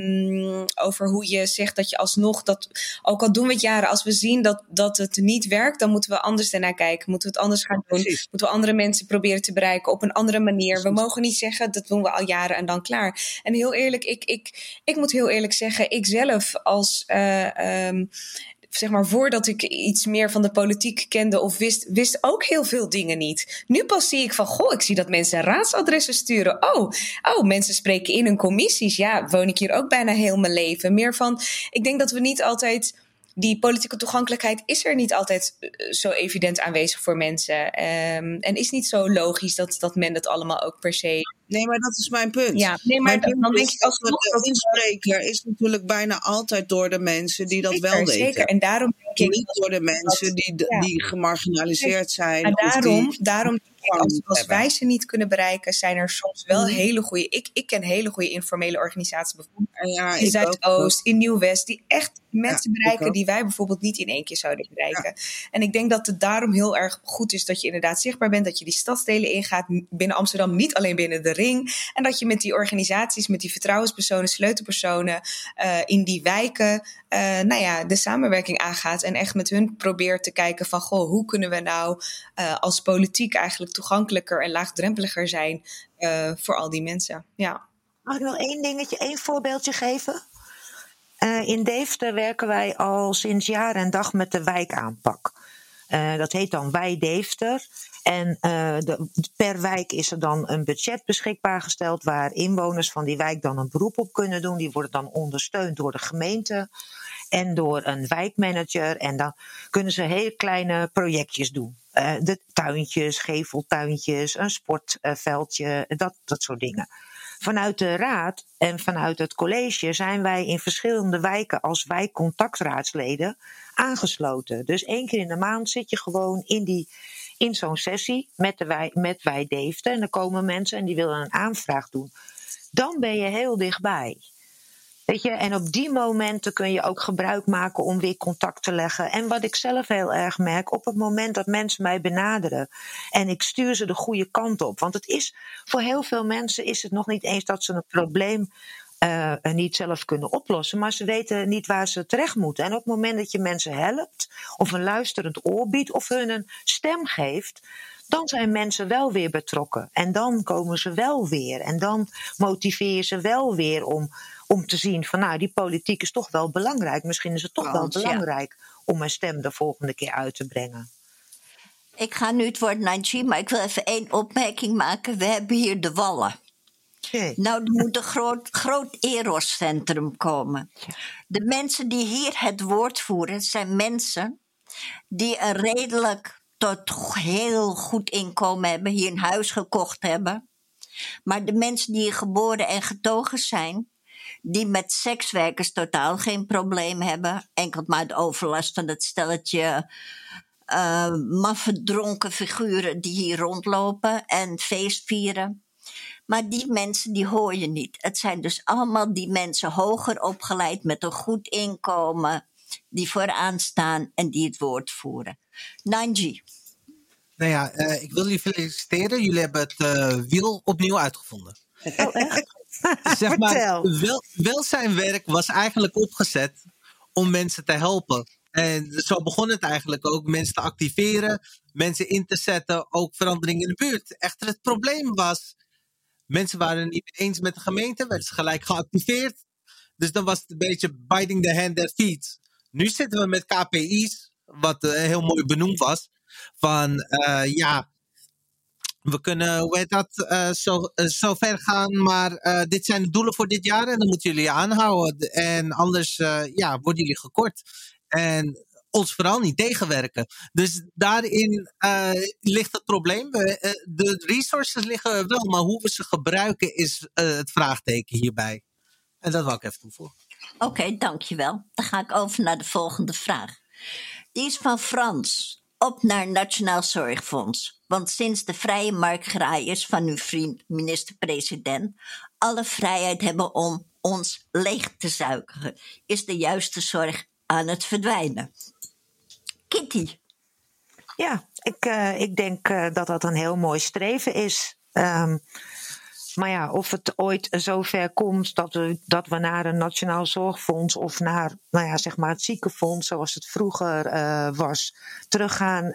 over hoe je zegt dat je alsnog, dat, ook al doen we het jaren, als we zien dat het niet werkt, dan moeten we anders daarnaar kijken. Moeten we het anders gaan doen. Moeten we andere mensen proberen te bereiken op een andere manier. We mogen niet zeggen, dat doen we al jaren en dan klaar. En heel eerlijk, ik moet heel eerlijk zeggen, ik zelf als zeg maar, voordat ik iets meer van de politiek kende of wist ook heel veel dingen niet. Nu pas zie ik van, ik zie dat mensen raadsadressen sturen. Oh, mensen spreken in hun commissies. Ja, woon ik hier ook bijna heel mijn leven. Meer van, ik denk dat we niet altijd, die politieke toegankelijkheid is er niet altijd zo evident aanwezig voor mensen. En is niet zo logisch dat men dat allemaal ook per se. Nee, maar dat is mijn punt. Ja, nee, maar dan denk ik als de inspreker is natuurlijk bijna altijd door de mensen die dat wel weten. Zeker, en daarom denk ik niet door de mensen die gemarginaliseerd zijn. En daarom als wij ze niet kunnen bereiken, zijn er soms wel hele goede. Ik ken hele goede informele organisaties, bijvoorbeeld in Zuidoost, in Nieuw-West, die echt mensen bereiken die wij bijvoorbeeld niet in 1 keer zouden bereiken. Ja. En ik denk dat het daarom heel erg goed is dat je inderdaad zichtbaar bent, dat je die stadsdelen ingaat binnen Amsterdam, niet alleen binnen de ring. En dat je met die organisaties, met die vertrouwenspersonen, sleutelpersonen in die wijken, de samenwerking aangaat en echt met hun probeert te kijken van, hoe kunnen we nou als politiek eigenlijk toegankelijker en laagdrempeliger zijn voor al die mensen. Ja. Mag ik nog 1 voorbeeldje geven? In Deventer werken wij al sinds jaar en dag met de wijkaanpak. Dat heet dan Wij Deventer. En per wijk is er dan een budget beschikbaar gesteld waar inwoners van die wijk dan een beroep op kunnen doen. Die worden dan ondersteund door de gemeente en door een wijkmanager. En dan kunnen ze heel kleine projectjes doen. De tuintjes, geveltuintjes, een sportveldje, dat soort dingen. Vanuit de raad en vanuit het college zijn wij in verschillende wijken als wijkcontactraadsleden aangesloten. Dus 1 keer in de maand zit je gewoon in zo'n sessie met Wij Deventer. En dan komen mensen en die willen een aanvraag doen. Dan ben je heel dichtbij. Weet je, en op die momenten kun je ook gebruik maken om weer contact te leggen. En wat ik zelf heel erg merk, op het moment dat mensen mij benaderen en ik stuur ze de goede kant op. Want het is voor heel veel mensen is het nog niet eens dat ze een probleem niet zelf kunnen oplossen, maar ze weten niet waar ze terecht moeten. En op het moment dat je mensen helpt, of een luisterend oor biedt, of hun een stem geeft, dan zijn mensen wel weer betrokken. En dan komen ze wel weer. En dan motiveer je ze wel weer om te zien van nou, die politiek is toch wel belangrijk. Misschien is het toch wel belangrijk om een stem de volgende keer uit te brengen. Ik ga nu het woord naar G, maar ik wil even 1 opmerking maken. We hebben hier de Wallen. Okay. Nou, er moet een groot Eros-centrum komen. De mensen die hier het woord voeren, zijn mensen die een redelijk tot heel goed inkomen hebben, hier een huis gekocht hebben. Maar de mensen die hier geboren en getogen zijn, die met sekswerkers totaal geen probleem hebben, enkel maar de overlast van het stelletje maffe dronken figuren die hier rondlopen en feest vieren. Maar die mensen die hoor je niet. Het zijn dus allemaal die mensen hoger opgeleid met een goed inkomen, die vooraan staan en die het woord voeren. Nanji. Nou ja, ik wil jullie feliciteren. Jullie hebben het wiel opnieuw uitgevonden. Oh, echt? Zeg maar, welzijnwerk was eigenlijk opgezet om mensen te helpen. En zo begon het eigenlijk ook. Mensen te activeren, mensen in te zetten, ook verandering in de buurt. Echter, het probleem was, mensen waren het niet eens met de gemeente, werden ze gelijk geactiveerd. Dus dan was het een beetje biting the hand that feeds. Nu zitten we met KPI's, wat heel mooi benoemd was. Van we kunnen, hoe heet dat, zo ver gaan, maar dit zijn de doelen voor dit jaar en dan moeten jullie je aanhouden. En anders worden jullie gekort. En ons vooral niet tegenwerken. Dus daarin ligt het probleem. De resources liggen wel, maar hoe we ze gebruiken is het vraagteken hierbij. En dat wil ik even toevoegen. Oké, dankjewel. Dan ga ik over naar de volgende vraag. Die is van Frans. Op naar Nationaal Zorgfonds. Want sinds de vrije marktgraaiers van uw vriend minister-president alle vrijheid hebben om ons leeg te zuigen, is de juiste zorg aan het verdwijnen. Kitty. Ja, ik denk dat dat een heel mooi streven is. Maar ja, of het ooit zover komt dat we naar een nationaal zorgfonds of naar zeg maar het ziekenfonds zoals het vroeger was teruggaan.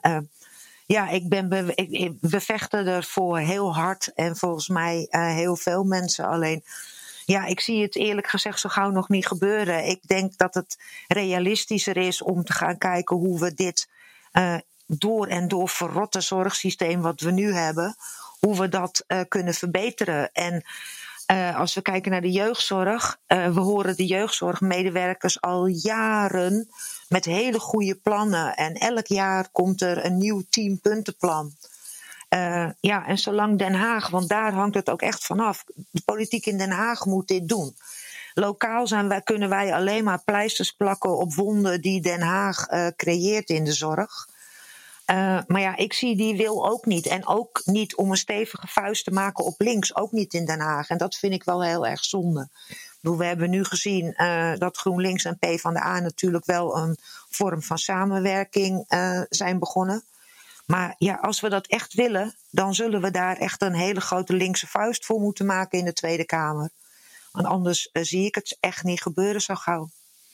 We vechten ervoor heel hard en volgens mij heel veel mensen. Alleen, ja, ik zie het eerlijk gezegd zo gauw nog niet gebeuren. Ik denk dat het realistischer is om te gaan kijken hoe we dit door en door verrotte zorgsysteem wat we nu hebben, hoe we dat kunnen verbeteren. En als we kijken naar de jeugdzorg, we horen de jeugdzorgmedewerkers al jaren met hele goede plannen. En elk jaar komt er een nieuw 10-puntenplan. En zolang Den Haag, want daar hangt het ook echt vanaf. De politiek in Den Haag moet dit doen. Lokaal kunnen wij alleen maar pleisters plakken op wonden die Den Haag creëert in de zorg. Maar ja, ik zie die wil ook niet. En ook niet om een stevige vuist te maken op links. Ook niet in Den Haag. En dat vind ik wel heel erg zonde. We hebben nu gezien dat GroenLinks en PvdA natuurlijk wel een vorm van samenwerking zijn begonnen. Maar ja, als we dat echt willen, dan zullen we daar echt een hele grote linkse vuist voor moeten maken in de Tweede Kamer. Want anders zie ik het echt niet gebeuren zo gauw.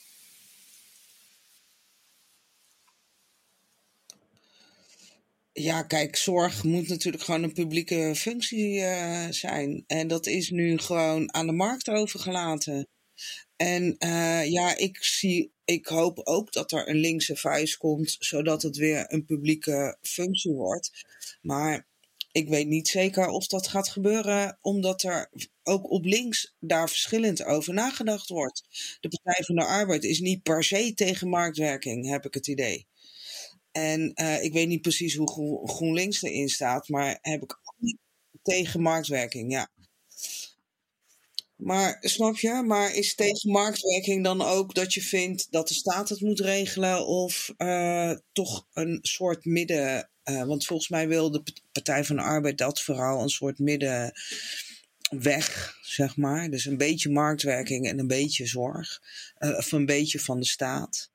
Ja, kijk, zorg moet natuurlijk gewoon een publieke functie zijn. En dat is nu gewoon aan de markt overgelaten. En ik hoop ook dat er een linkse vuist komt, zodat het weer een publieke functie wordt. Maar ik weet niet zeker of dat gaat gebeuren, omdat er ook op links daar verschillend over nagedacht wordt. De Partij van de Arbeid is niet per se tegen marktwerking, heb ik het idee. En ik weet niet precies hoe GroenLinks erin staat, maar heb ik ook niet tegen marktwerking, ja. Maar snap je? Maar is tegen marktwerking dan ook dat je vindt dat de staat het moet regelen of toch een soort midden? Want volgens mij wil de Partij van de Arbeid dat vooral een soort midden weg, zeg maar. Dus een beetje marktwerking en een beetje zorg. Of een beetje van de staat.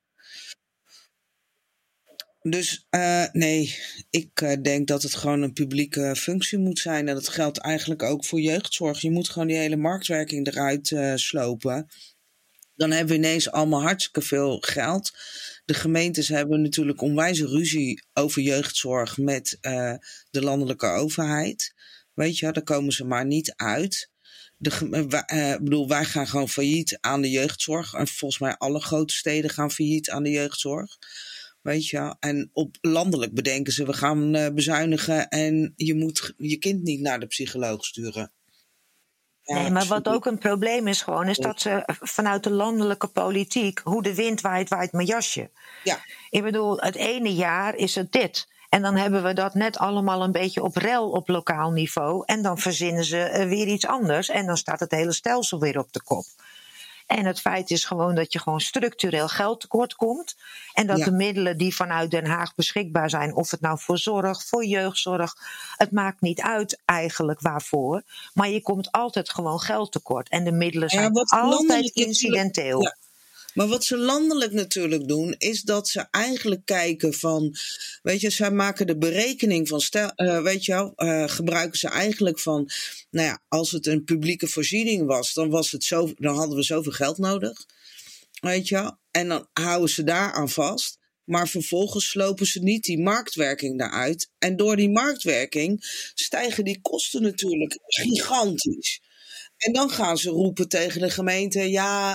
Dus nee, ik denk dat het gewoon een publieke functie moet zijn. En dat geldt eigenlijk ook voor jeugdzorg. Je moet gewoon die hele marktwerking eruit slopen. Dan hebben we ineens allemaal hartstikke veel geld. De gemeentes hebben natuurlijk onwijze ruzie over jeugdzorg met de landelijke overheid. Weet je, daar komen ze maar niet uit. Wij gaan gewoon failliet aan de jeugdzorg. En volgens mij alle grote steden gaan failliet aan de jeugdzorg. Weet je, en op landelijk bedenken ze, we gaan bezuinigen en je moet je kind niet naar de psycholoog sturen. Ja, nee, maar wat ook een probleem is gewoon, is dat ze vanuit de landelijke politiek, hoe de wind waait, waait mijn jasje. Ja. Ik bedoel, het ene jaar is het dit. En dan hebben we dat net allemaal een beetje op rel op lokaal niveau. En dan verzinnen ze weer iets anders. En dan staat het hele stelsel weer op de kop. En het feit is gewoon dat je gewoon structureel geld tekort komt. En dat de middelen die vanuit Den Haag beschikbaar zijn, of het nou voor zorg, voor jeugdzorg, het maakt niet uit eigenlijk waarvoor. Maar je komt altijd gewoon geld tekort. En de middelen zijn altijd incidenteel. Ja. Maar wat ze landelijk natuurlijk doen, is dat ze eigenlijk kijken van, weet je, zij maken de berekening van, gebruiken ze eigenlijk van, nou ja, als het een publieke voorziening was, dan hadden we zoveel geld nodig, weet je, en dan houden ze daaraan vast. Maar vervolgens slopen ze niet die marktwerking daaruit. En door die marktwerking stijgen die kosten natuurlijk gigantisch. En dan gaan ze roepen tegen de gemeente,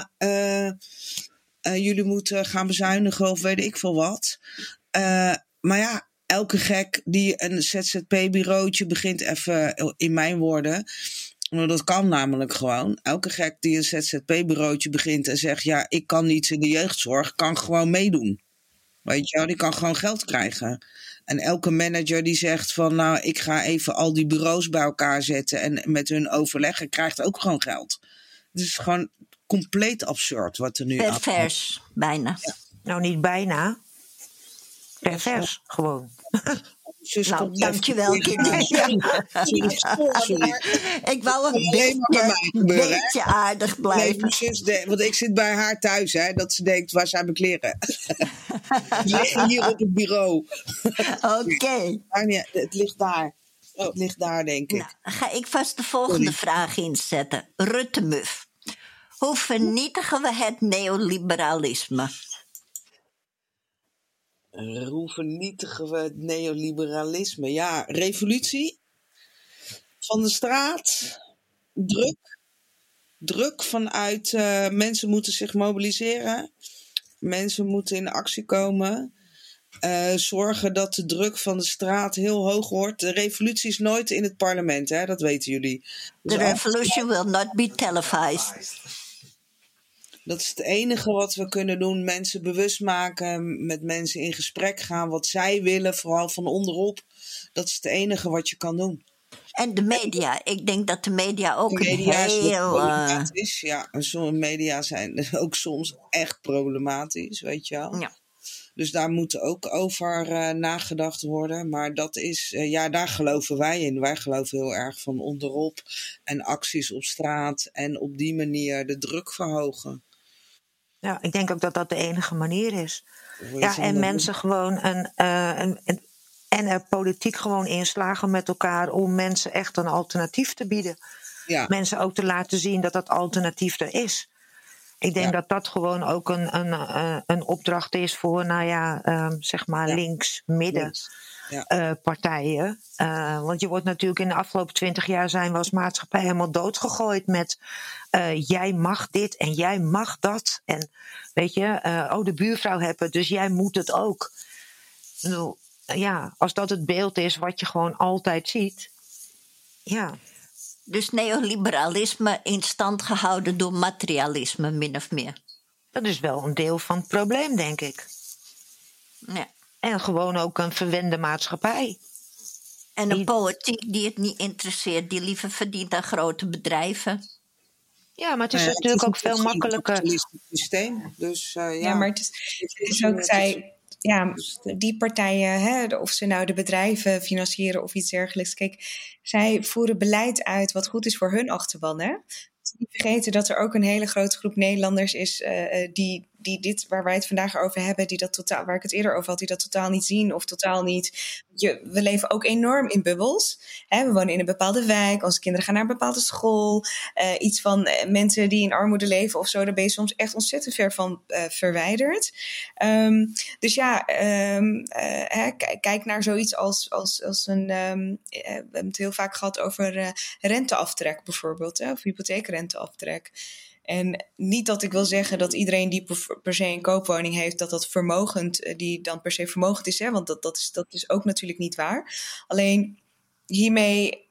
jullie moeten gaan bezuinigen of weet ik veel wat. Maar ja, elke gek die een ZZP-bureautje begint, even in mijn woorden, dat kan namelijk gewoon. Elke gek die een ZZP-bureautje begint en zegt, ja, ik kan niets in de jeugdzorg, kan gewoon meedoen. Weet je wel, die kan gewoon geld krijgen. En elke manager die zegt van, nou, ik ga even al die bureaus bij elkaar zetten en met hun overleggen, krijgt ook gewoon geld. Het is gewoon compleet absurd wat er nu pervers, bijna. Ja. Nou, niet bijna. Pervers, gewoon. Nou, dankjewel, kinderen. Sorry. Ik wou een beetje aardig blijven. Nee, want ik zit bij haar thuis, hè, dat ze denkt, waar zijn mijn kleren? Die liggen hier op het bureau. Oké. Het ligt daar. Het ligt daar, denk ik. Nou, ga ik vast de volgende vraag inzetten. Rutte-muf. Hoe vernietigen we het neoliberalisme? Hoe vernietigen we het neoliberalisme? Ja, revolutie van de straat, druk vanuit mensen moeten zich mobiliseren, mensen moeten in actie komen, zorgen dat de druk van de straat heel hoog wordt. De revolutie is nooit in het parlement, hè? Dat weten jullie. The revolution will not be televised. Dat is het enige wat we kunnen doen. Mensen bewust maken, met mensen in gesprek gaan. Wat zij willen, vooral van onderop. Dat is het enige wat je kan doen. En de media. Ik denk dat de media ook problematisch. Ja, sommige media zijn ook soms echt problematisch, weet je wel. Ja. Dus daar moet ook over nagedacht worden. Maar dat is, daar geloven wij in. Wij geloven heel erg van onderop. En acties op straat. En op die manier de druk verhogen. Ja, ik denk ook dat dat de enige manier is. Ja, en mensen gewoon en er politiek gewoon inslagen met elkaar om mensen echt een alternatief te bieden. Ja. Mensen ook te laten zien dat dat alternatief er is. Ik denk dat dat gewoon ook een opdracht is voor, links-midden partijen. Want je wordt natuurlijk in de afgelopen 20 jaar zijn we als maatschappij helemaal doodgegooid met jij mag dit en jij mag dat. En weet je, de buurvrouw hebben, dus jij moet het ook. Ik bedoel, als dat het beeld is wat je gewoon altijd ziet. Ja. Dus neoliberalisme in stand gehouden door materialisme, min of meer. Dat is wel een deel van het probleem, denk ik. Ja. En gewoon ook een verwende maatschappij. En een politiek die het niet interesseert, die liever verdient aan grote bedrijven. Ja, maar het is natuurlijk ook veel makkelijker. Systeem, dus, maar het is ook ja, die partijen, hè, of ze nou de bedrijven financieren of iets dergelijks. Kijk, zij voeren beleid uit wat goed is voor hun achterban. Hè? Niet vergeten dat er ook een hele grote groep Nederlanders is die dit, waar wij het vandaag over hebben, die dat totaal, waar ik het eerder over had, die dat totaal niet zien of totaal niet. We leven ook enorm in bubbels. Hè? We wonen in een bepaalde wijk, onze kinderen gaan naar een bepaalde school. Iets van mensen die in armoede leven of zo, daar ben je soms echt ontzettend ver van verwijderd. Dus ja, kijk naar zoiets als een. We hebben het heel vaak gehad over renteaftrek bijvoorbeeld, of hypotheekrenteaftrek. En niet dat ik wil zeggen dat iedereen die per se een koopwoning heeft, dat vermogend, die dan per se vermogend is. Hè? Want dat is ook natuurlijk niet waar. Alleen hiermee,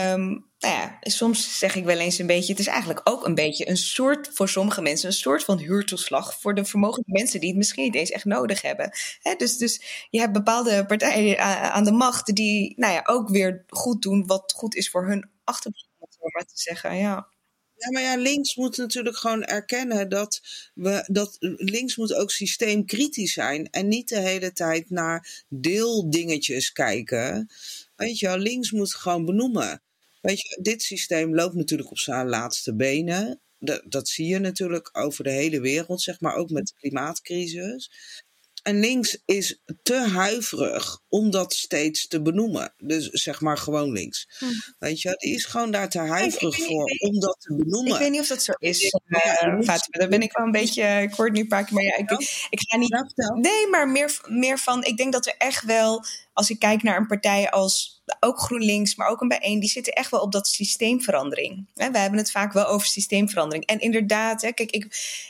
soms zeg ik wel eens een beetje, het is eigenlijk ook een beetje een soort, voor sommige mensen, een soort van huurtoeslag voor de vermogende mensen die het misschien niet eens echt nodig hebben. Hè? Dus je hebt bepaalde partijen aan de macht die ook weer goed doen wat goed is voor hun achterban, om maar te zeggen, ja. Ja, maar ja, links moet natuurlijk gewoon erkennen dat links moet ook systeemkritisch zijn en niet de hele tijd naar deeldingetjes kijken. Weet je wel, links moet gewoon benoemen. Weet je, dit systeem loopt natuurlijk op zijn laatste benen. Dat zie je natuurlijk over de hele wereld, zeg maar, ook met de klimaatcrisis. En links is te huiverig om dat steeds te benoemen. Dus zeg maar gewoon links. Weet je, die is gewoon daar te huiverig voor om dat te benoemen. Ik weet niet of dat zo is, Fatima. Daar ben ik wel een beetje. Ik hoor het nu een paar keer, maar ja, ik ga niet. Nee, maar meer van. Ik denk dat er echt wel, als ik kijk naar een partij als ook GroenLinks, maar ook een Bijeen, die zitten echt wel op dat systeemverandering. We hebben het vaak wel over systeemverandering. En inderdaad, kijk,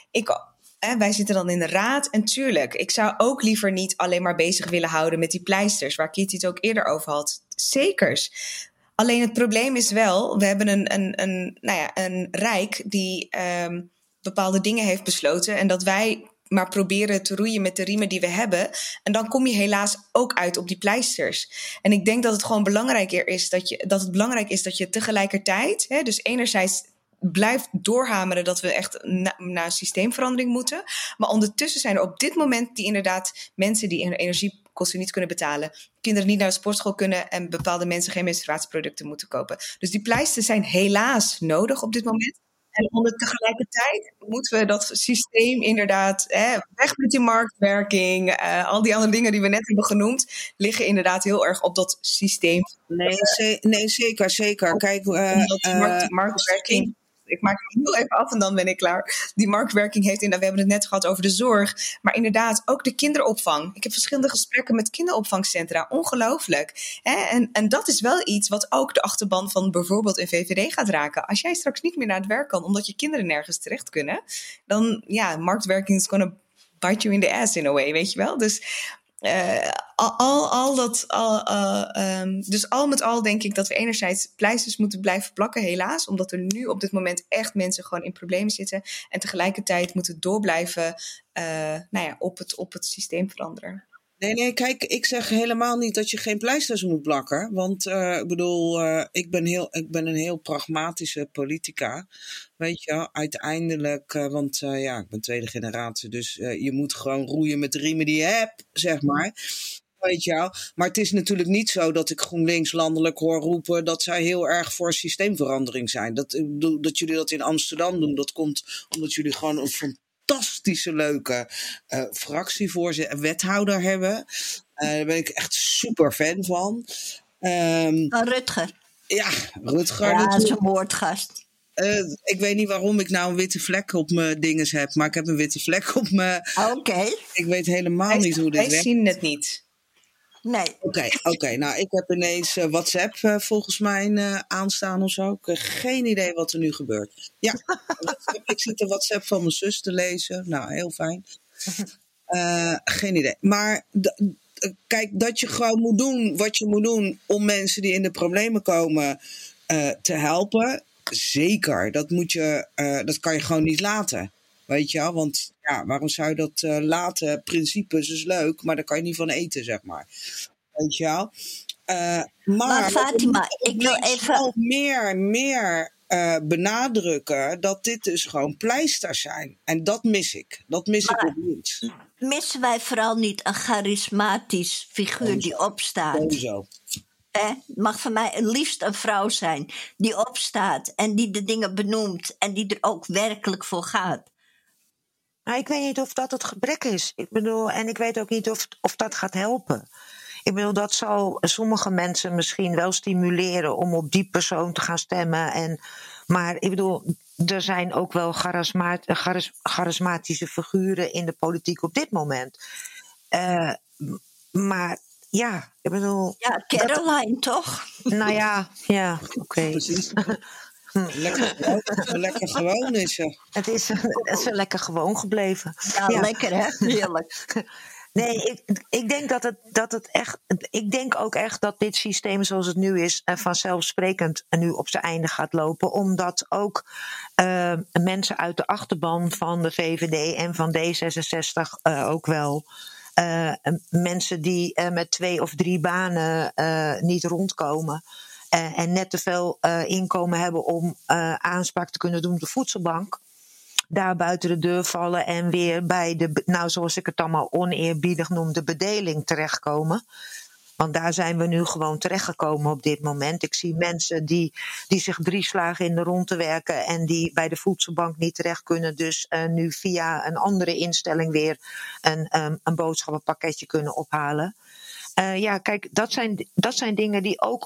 wij zitten dan in de raad en tuurlijk, ik zou ook liever niet alleen maar bezig willen houden met die pleisters, waar Kitty het ook eerder over had. Zekers. Alleen het probleem is wel, we hebben een rijk die bepaalde dingen heeft besloten en dat wij maar proberen te roeien met de riemen die we hebben. En dan kom je helaas ook uit op die pleisters. En ik denk dat het gewoon belangrijker is dat je tegelijkertijd, dus enerzijds blijft doorhameren dat we echt naar systeemverandering moeten. Maar ondertussen zijn er op dit moment die inderdaad mensen die hun energiekosten niet kunnen betalen, kinderen niet naar de sportschool kunnen en bepaalde mensen geen menstruatieproducten moeten kopen. Dus die pleisters zijn helaas nodig op dit moment. En tegelijkertijd moeten we dat systeem inderdaad, weg met die marktwerking, al die andere dingen die we net hebben genoemd, liggen inderdaad heel erg op dat systeem. Nee, zeker. Kijk, marktwerking. Ik maak het heel even af en dan ben ik klaar. Die marktwerking heeft we hebben het net gehad over de zorg, maar inderdaad ook de kinderopvang. Ik heb verschillende gesprekken met kinderopvangcentra. Ongelooflijk. En dat is wel iets wat ook de achterban van bijvoorbeeld een VVD gaat raken. Als jij straks niet meer naar het werk kan, omdat je kinderen nergens terecht kunnen, dan marktwerking is gonna bite you in the ass in a way, weet je wel? Dus dus al met al denk ik dat we enerzijds pleisters moeten blijven plakken, helaas. Omdat er nu op dit moment echt mensen gewoon in problemen zitten. En tegelijkertijd moeten door blijven op het systeem veranderen. Nee, kijk, ik zeg helemaal niet dat je geen pleisters moet plakken. Want ik ben een heel pragmatische politica. Weet je, uiteindelijk, ik ben tweede generatie, dus je moet gewoon roeien met de riemen die je hebt, zeg maar. Weet je wel. Maar het is natuurlijk niet zo dat ik GroenLinks landelijk hoor roepen dat zij heel erg voor systeemverandering zijn. Dat jullie dat in Amsterdam doen, dat komt omdat jullie gewoon een fantastische leuke fractievoorzitter en wethouder hebben. Daar ben ik echt super fan van. Rutger. Ja, Rutger. Ja, dat is een woordgast. Ik weet niet waarom ik nou een witte vlek op mijn dinges heb, maar ik heb een witte vlek op mijn. Oké. Ik weet helemaal niet hoe dit werkt. Wij zien het niet. Nee. Oké. Nou, ik heb ineens WhatsApp volgens mij aanstaan of zo. Ik heb geen idee wat er nu gebeurt. Ja, ik zit de WhatsApp van mijn zus te lezen. Nou, heel fijn. Geen idee. Maar kijk, dat je gewoon moet doen wat je moet doen om mensen die in de problemen komen te helpen. Zeker. Dat kan je gewoon niet laten. Weet je wel, want ja, waarom zou je dat laten? Principes is leuk, maar daar kan je niet van eten, zeg maar. Weet je wel. Maar Fatima, ik wil even meer benadrukken dat dit dus gewoon pleisters zijn. En dat mis ik. Dat mis ik opnieuw. Missen wij vooral niet een charismatisch figuur die opstaat? Sowieso. Het mag voor mij het liefst een vrouw zijn die opstaat en die de dingen benoemt en die er ook werkelijk voor gaat. Nou, ik weet niet of dat het gebrek is. Ik bedoel, en ik weet ook niet of dat gaat helpen. Ik bedoel, dat zal sommige mensen misschien wel stimuleren om op die persoon te gaan stemmen. Maar ik bedoel, er zijn ook wel charismatische figuren in de politiek op dit moment. Maar ja, ik bedoel... Ja, Caroline, toch? Nou ja, oké. Precies. Lekker gewoon is ze. Het is lekker gewoon gebleven. Ja, lekker hè? Heerlijk. Nee, ik denk dat het echt. Ik denk ook echt dat dit systeem zoals het nu is, vanzelfsprekend nu op zijn einde gaat lopen. Omdat ook mensen uit de achterban van de VVD en van D66 ook wel. Mensen die met 2 of 3 banen niet rondkomen. En net te veel inkomen hebben om aanspraak te kunnen doen op de voedselbank. Daar buiten de deur vallen en weer bij de, nou zoals ik het allemaal oneerbiedig noem, de bedeling terechtkomen. Want daar zijn we nu gewoon terechtgekomen op dit moment. Ik zie mensen die zich 3 slagen in de ronde werken en die bij de voedselbank niet terecht kunnen. Dus nu via een andere instelling weer een boodschappenpakketje kunnen ophalen. Ja, kijk, dat zijn dingen die ook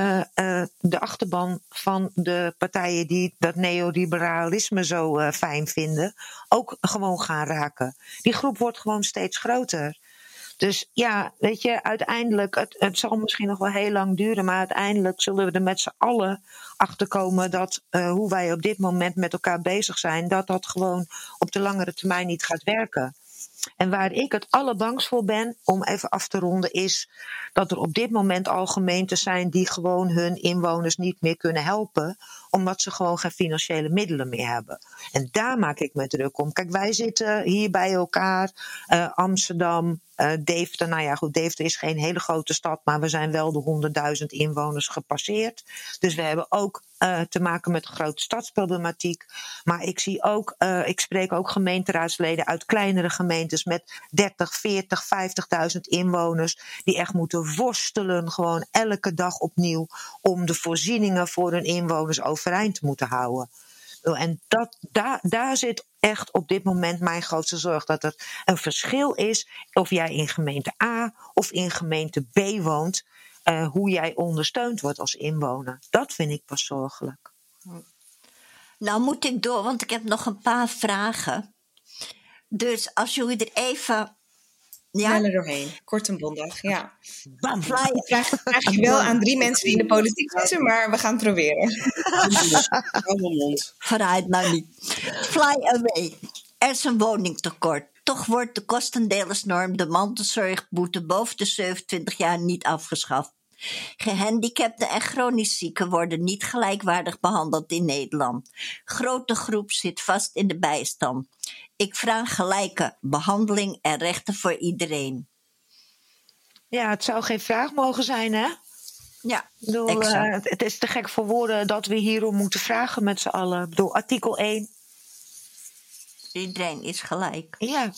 de achterban van de partijen die dat neoliberalisme zo fijn vinden, ook gewoon gaan raken. Die groep wordt gewoon steeds groter. Dus ja, weet je, uiteindelijk, het zal misschien nog wel heel lang duren, maar uiteindelijk zullen we er met z'n allen achter komen dat hoe wij op dit moment met elkaar bezig zijn, dat gewoon op de langere termijn niet gaat werken. En waar ik het allerbangst voor ben, om even af te ronden, is dat er op dit moment al gemeentes zijn die gewoon hun inwoners niet meer kunnen helpen, omdat ze gewoon geen financiële middelen meer hebben. En daar maak ik me druk om. Kijk, wij zitten hier bij elkaar, Amsterdam, Deventer. Nou ja, goed, Deventer is geen hele grote stad, maar we zijn wel de 100.000 inwoners gepasseerd. Dus we hebben ook te maken met een grote stadsproblematiek. Maar ik zie ook, ik spreek ook gemeenteraadsleden uit kleinere gemeentes met 30, 40, 50.000 inwoners die echt moeten worstelen gewoon elke dag opnieuw om de voorzieningen voor hun inwoners overeind te moeten houden. En daar zit echt op dit moment mijn grootste zorg. Dat er een verschil is of jij in gemeente A of in gemeente B woont. Hoe jij ondersteund wordt als inwoner. Dat vind ik pas zorgelijk. Nou moet ik door, want ik heb nog een paar vragen. Dus als jullie er even... Ja? Er doorheen. Kort en bondig, ja. Bam. Vraag je wel aan 3 mensen die in de politiek zitten, maar we gaan het proberen. Vooruit nou niet. Fly away. Er is een woningtekort. Toch wordt de kostendelersnorm, de mantelzorgboete boven de 27 jaar niet afgeschaft. Gehandicapten en chronisch zieken worden niet gelijkwaardig behandeld in Nederland. Grote groep zit vast in de bijstand. Ik vraag gelijke behandeling en rechten voor iedereen. Ja, het zou geen vraag mogen zijn, hè? Ja, ik bedoel, het is te gek voor woorden dat we hierom moeten vragen met z'n allen. Ik bedoel, artikel 1. Iedereen is gelijk. Ja.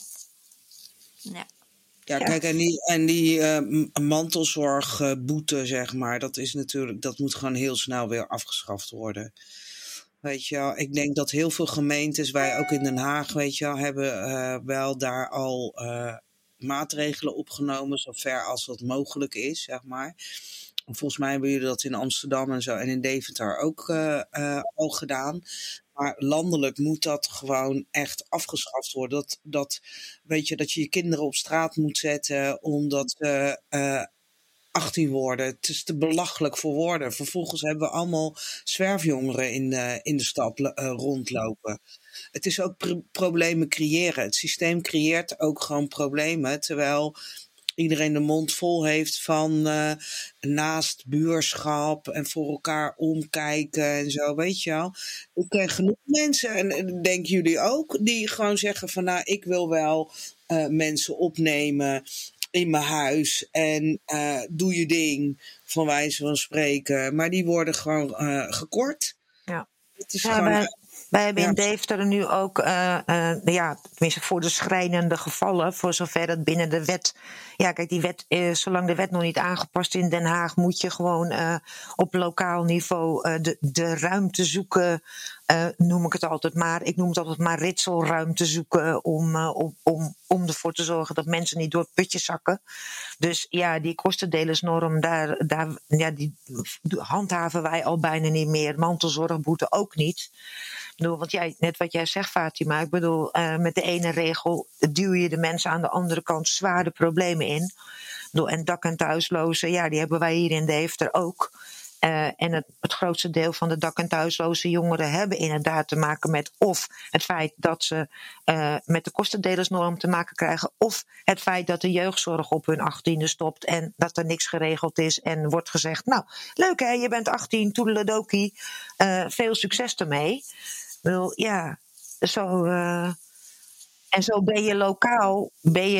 Ja, kijk, en die mantelzorgboete, zeg maar, dat moet gewoon heel snel weer afgeschaft worden. Weet je wel, ik denk dat heel veel gemeentes, wij ook in Den Haag, weet je wel, hebben wel daar al maatregelen opgenomen, zover als dat mogelijk is, zeg maar. Volgens mij hebben jullie dat in Amsterdam en zo en in Deventer ook al gedaan. Maar landelijk moet dat gewoon echt afgeschaft worden. Weet je, dat je kinderen op straat moet zetten omdat ze 18 worden. Het is te belachelijk voor woorden. Vervolgens hebben we allemaal zwerfjongeren in de stad rondlopen. Het is ook problemen creëren. Het systeem creëert ook gewoon problemen, terwijl iedereen de mond vol heeft van naast buurschap en voor elkaar omkijken en zo, weet je wel. Ik ken genoeg mensen, en denken jullie ook, die gewoon zeggen van nou, ik wil wel mensen opnemen in mijn huis en doe je ding, van wijze van spreken. Maar die worden gewoon gekort. Ja. Het is Ja, gewoon... wij hebben Ja. in Deventer nu ook, tenminste voor de schrijnende gevallen, voor zover het binnen de wet. Ja, kijk, die wet, zolang de wet nog niet aangepast in Den Haag, moet je gewoon op lokaal niveau de ruimte zoeken. Noem ik het altijd maar. Ik noem het altijd maar ritselruimte zoeken om ervoor te zorgen dat mensen niet door het putje zakken. Dus ja, die kostendelersnorm, die handhaven wij al bijna niet meer. Mantelzorgboete ook niet. Ik bedoel, want net wat jij zegt, Fatima, ik bedoel, met de ene regel duw je de mensen aan de andere kant zwaar de problemen in. Ik bedoel, en dak- en thuislozen, ja, die hebben wij hier in Deventer ook. En het grootste deel van de dak- en thuisloze jongeren hebben inderdaad te maken met of het feit dat ze met de kostendelersnorm te maken krijgen, of het feit dat de jeugdzorg op hun 18e stopt en dat er niks geregeld is en wordt gezegd, nou, leuk hè, je bent 18, toedeledokie, veel succes ermee. Ik bedoel, ja, zo... En zo ben je lokaal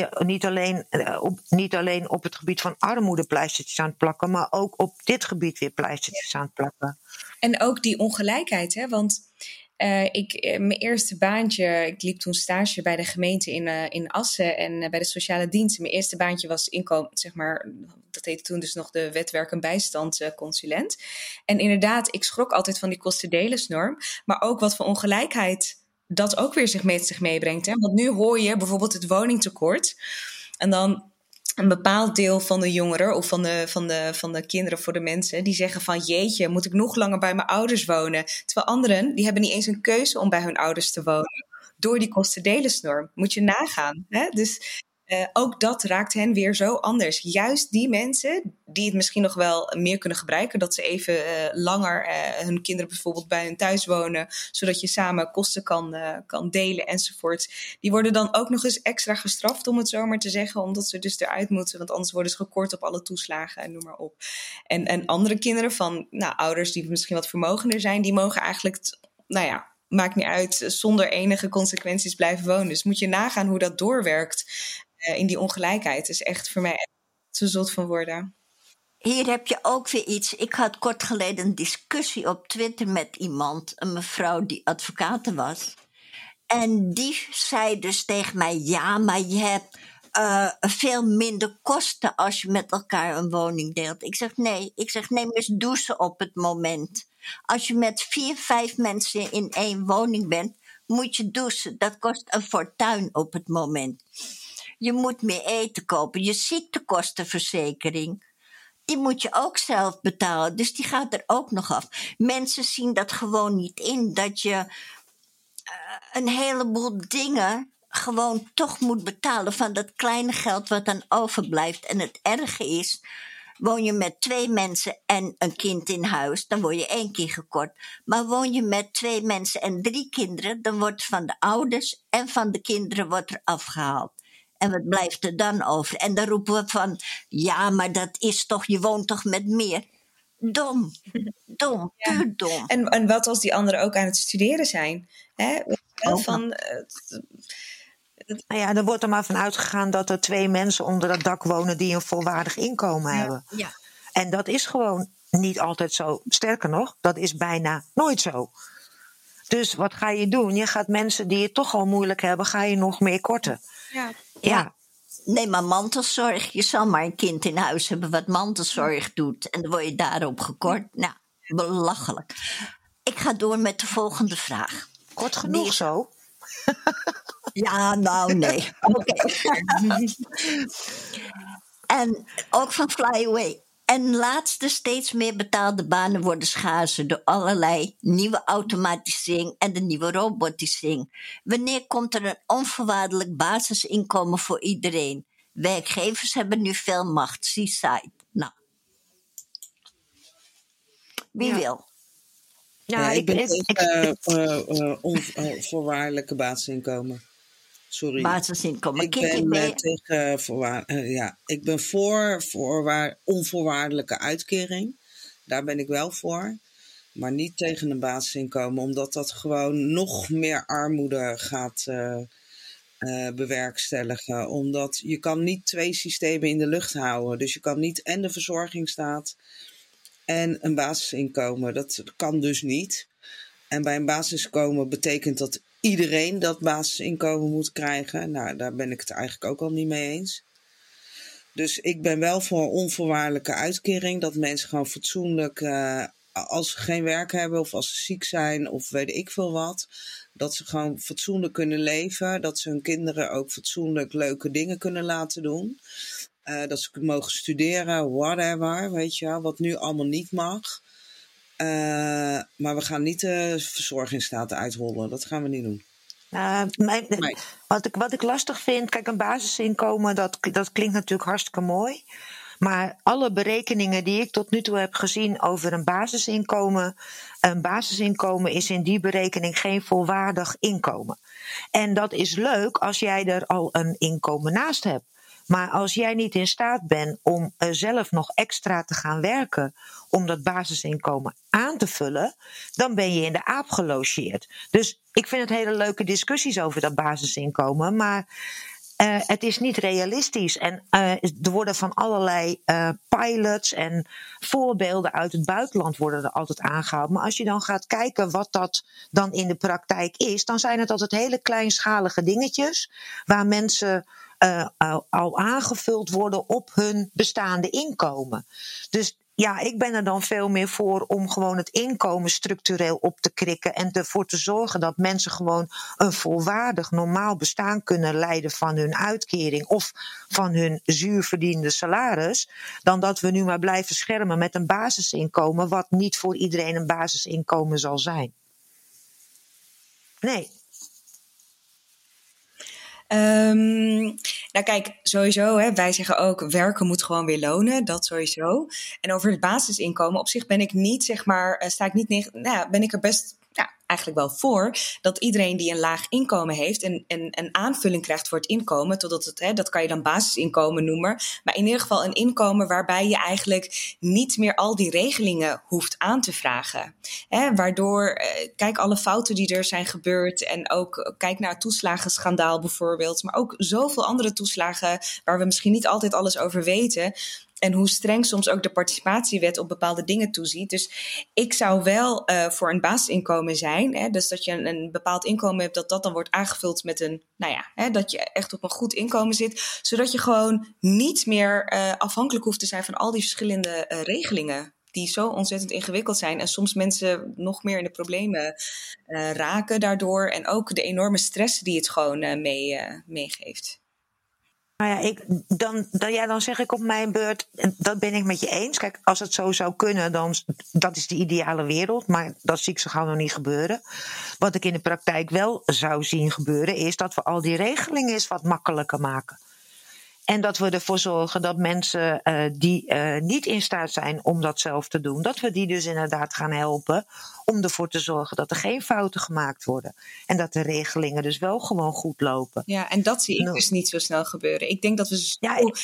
niet alleen op het gebied van armoede pleistertjes aan het plakken, maar ook op dit gebied weer pleistertjes aan het plakken. En ook die ongelijkheid, hè? Want mijn eerste baantje, ik liep toen stage bij de gemeente in Assen en bij de sociale diensten. Mijn eerste baantje was inkomen, zeg maar, dat heette toen dus nog de wetwerk- en bijstandsconsulent. En inderdaad, ik schrok altijd van die kostendelersnorm, maar ook wat voor ongelijkheid dat ook weer met zich meebrengt. Hè? Want nu hoor je bijvoorbeeld het woningtekort. En dan een bepaald deel van de jongeren of van de kinderen voor de mensen, die zeggen van jeetje, moet ik nog langer bij mijn ouders wonen? Terwijl anderen, die hebben niet eens een keuze om bij hun ouders te wonen. Door die kostendelersnorm. Moet je nagaan. Hè? Dus ook dat raakt hen weer zo anders. Juist die mensen die het misschien nog wel meer kunnen gebruiken, dat ze even langer hun kinderen bijvoorbeeld bij hun thuis wonen, zodat je samen kosten kan delen enzovoort. Die worden dan ook nog eens extra gestraft, om het zo maar te zeggen, omdat ze dus eruit moeten, want anders worden ze gekort op alle toeslagen en noem maar op. En andere kinderen van ouders die misschien wat vermogender zijn, die mogen eigenlijk, maakt niet uit, zonder enige consequenties blijven wonen. Dus moet je nagaan hoe dat doorwerkt in die ongelijkheid. Is echt voor mij te zot van woorden. Hier heb je ook weer iets. Ik had kort geleden een discussie op Twitter met iemand, een mevrouw die advocaat was. En die zei dus tegen mij, ja, maar je hebt veel minder kosten als je met elkaar een woning deelt. Ik zeg, neem eens douchen op het moment. Als je met 4, 5 mensen in één woning bent, moet je douchen. Dat kost een fortuin op het moment. Je moet meer eten kopen. Je ziektekostenverzekering, die moet je ook zelf betalen. Dus die gaat er ook nog af. Mensen zien dat gewoon niet in. Dat je een heleboel dingen gewoon toch moet betalen van dat kleine geld wat dan overblijft. En het erge is, woon je met 2 mensen en een kind in huis, dan word je 1 keer gekort. Maar woon je met 2 mensen en 3 kinderen, dan wordt van de ouders en van de kinderen wordt er afgehaald. En wat blijft er dan over? En dan roepen we van, ja, maar dat is toch, je woont toch met meer? Dom, puur dom. En wat als die anderen ook aan het studeren zijn? Hè? Er wordt er maar van uitgegaan dat er 2 mensen onder dat dak wonen die een volwaardig inkomen hebben. Ja. En dat is gewoon niet altijd zo. Sterker nog, dat is bijna nooit zo. Dus wat ga je doen? Je gaat mensen die het toch al moeilijk hebben, ga je nog meer korten. Ja. Nee, maar mantelzorg. Je zal maar een kind in huis hebben wat mantelzorg doet. En dan word je daarop gekort. Nou, belachelijk. Ik ga door met de volgende vraag. Kort genoeg zo? Ja, nou nee. Oké. En ook van Flyaway. En laatste, steeds meer betaalde banen worden schaarser door allerlei nieuwe automatisering en de nieuwe robotisering. Wanneer komt er een onvoorwaardelijk basisinkomen voor iedereen? Werkgevers hebben nu veel macht. See site. Nou. Wie wil? Ik ben tegen onvoorwaardelijke basisinkomen. Sorry. Basisinkomen. Ik ben voor onvoorwaardelijke uitkering. Daar ben ik wel voor. Maar niet tegen een basisinkomen. Omdat dat gewoon nog meer armoede gaat bewerkstelligen. Omdat je kan niet 2 systemen in de lucht houden. Dus je kan niet en de verzorgingsstaat en een basisinkomen. Dat kan dus niet. En bij een basisinkomen betekent dat iedereen dat basisinkomen moet krijgen. Nou, daar ben ik het eigenlijk ook al niet mee eens. Dus ik ben wel voor onvoorwaardelijke uitkering. Dat mensen gewoon fatsoenlijk, als ze geen werk hebben of als ze ziek zijn of weet ik veel wat, dat ze gewoon fatsoenlijk kunnen leven. Dat ze hun kinderen ook fatsoenlijk leuke dingen kunnen laten doen. Dat ze mogen studeren, whatever, weet je wel, wat nu allemaal niet mag. Maar we gaan niet de verzorgingsstaat uithollen. Dat gaan we niet doen. Nee. Wat ik lastig vind, kijk, een basisinkomen, dat klinkt natuurlijk hartstikke mooi. Maar alle berekeningen die ik tot nu toe heb gezien over een basisinkomen is in die berekening geen volwaardig inkomen. En dat is leuk als jij er al een inkomen naast hebt. Maar als jij niet in staat bent om zelf nog extra te gaan werken om dat basisinkomen aan te vullen, dan ben je in de aap gelogeerd. Dus ik vind het hele leuke discussies over dat basisinkomen, maar het is niet realistisch. En er worden van allerlei pilots en voorbeelden uit het buitenland worden er altijd aangehaald. Maar als je dan gaat kijken wat dat dan in de praktijk is, dan zijn het altijd hele kleinschalige dingetjes waar mensen al aangevuld worden op hun bestaande inkomen. Dus ja, ik ben er dan veel meer voor om gewoon het inkomen structureel op te krikken en ervoor te zorgen dat mensen gewoon een volwaardig normaal bestaan kunnen leiden van hun uitkering of van hun zuurverdiende salaris, dan dat we nu maar blijven schermen met een basisinkomen wat niet voor iedereen een basisinkomen zal zijn. Nee. Nou kijk, sowieso, wij zeggen ook werken moet gewoon weer lonen, dat sowieso. En over het basisinkomen, op zich ben ik niet, ben ik er best eigenlijk wel voor dat iedereen die een laag inkomen heeft een aanvulling krijgt voor het inkomen, totdat dat kan je dan basisinkomen noemen, maar in ieder geval een inkomen waarbij je eigenlijk niet meer al die regelingen hoeft aan te vragen. Waardoor, kijk alle fouten die er zijn gebeurd en ook kijk naar het toeslagenschandaal bijvoorbeeld, maar ook zoveel andere toeslagen waar we misschien niet altijd alles over weten. En hoe streng soms ook de participatiewet op bepaalde dingen toeziet. Dus ik zou wel voor een basisinkomen zijn. Dus dat je een bepaald inkomen hebt, dat dan wordt aangevuld met dat je echt op een goed inkomen zit. Zodat je gewoon niet meer afhankelijk hoeft te zijn van al die verschillende regelingen. Die zo ontzettend ingewikkeld zijn. En soms mensen nog meer in de problemen raken daardoor. En ook de enorme stress die het gewoon meegeeft. Nou ja, dan zeg ik op mijn beurt, dat ben ik met je eens. Kijk, als het zo zou kunnen, dan dat is de ideale wereld. Maar dat zie ik zo gauw nog niet gebeuren. Wat ik in de praktijk wel zou zien gebeuren, is dat we al die regelingen eens wat makkelijker maken. En dat we ervoor zorgen dat mensen die niet in staat zijn om dat zelf te doen, dat we die dus inderdaad gaan helpen om ervoor te zorgen dat er geen fouten gemaakt worden. En dat de regelingen dus wel gewoon goed lopen. Ja, en dat zie ik dus niet zo snel gebeuren. Ik denk dat we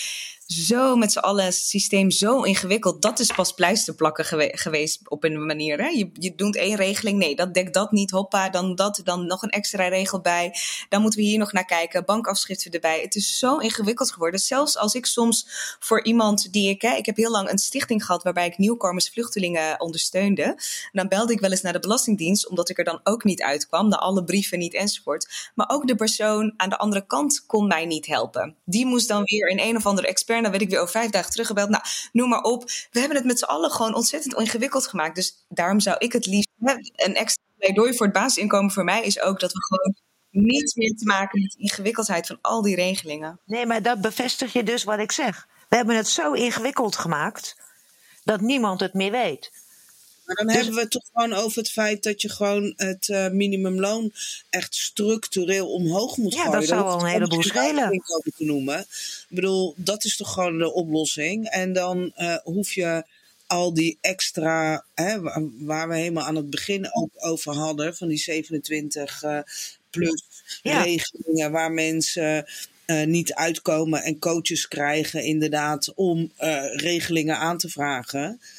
zo met z'n allen het systeem zo ingewikkeld. Dat is pas pleisterplakken geweest op een manier. Hè? Je doet één regeling. Nee, dat dekt dat niet. Hoppa, dan nog een extra regel bij. Dan moeten we hier nog naar kijken. Bankafschriften erbij. Het is zo ingewikkeld geworden. Zelfs als ik soms voor iemand die ik heb heel lang een stichting gehad waarbij ik nieuwkomers vluchtelingen ondersteunde. En dan belde ik wel eens naar de Belastingdienst, omdat ik er dan ook niet uitkwam. Na alle brieven niet enzovoort. Maar ook de persoon aan de andere kant kon mij niet helpen. Die moest dan weer in een of andere expert. Dan werd ik weer over 5 dagen teruggebeld. Nou, noem maar op. We hebben het met z'n allen gewoon ontzettend ingewikkeld gemaakt. Dus daarom zou ik het liefst een extra pleidooi voor het basisinkomen voor mij is ook dat we gewoon niet meer te maken met de ingewikkeldheid van al die regelingen. Nee, maar dat bevestig je dus wat ik zeg. We hebben het zo ingewikkeld gemaakt dat niemand het meer weet. Maar dan hebben we het toch gewoon over het feit dat je gewoon het minimumloon echt structureel omhoog moet gooien. Ja, dat zou wel een heleboel schelen. Te noemen. Ik bedoel, dat is toch gewoon de oplossing. En dan hoef je al die extra, waar we helemaal aan het begin ook over hadden, van die 27 plus regelingen waar mensen niet uitkomen en coaches krijgen inderdaad om regelingen aan te vragen.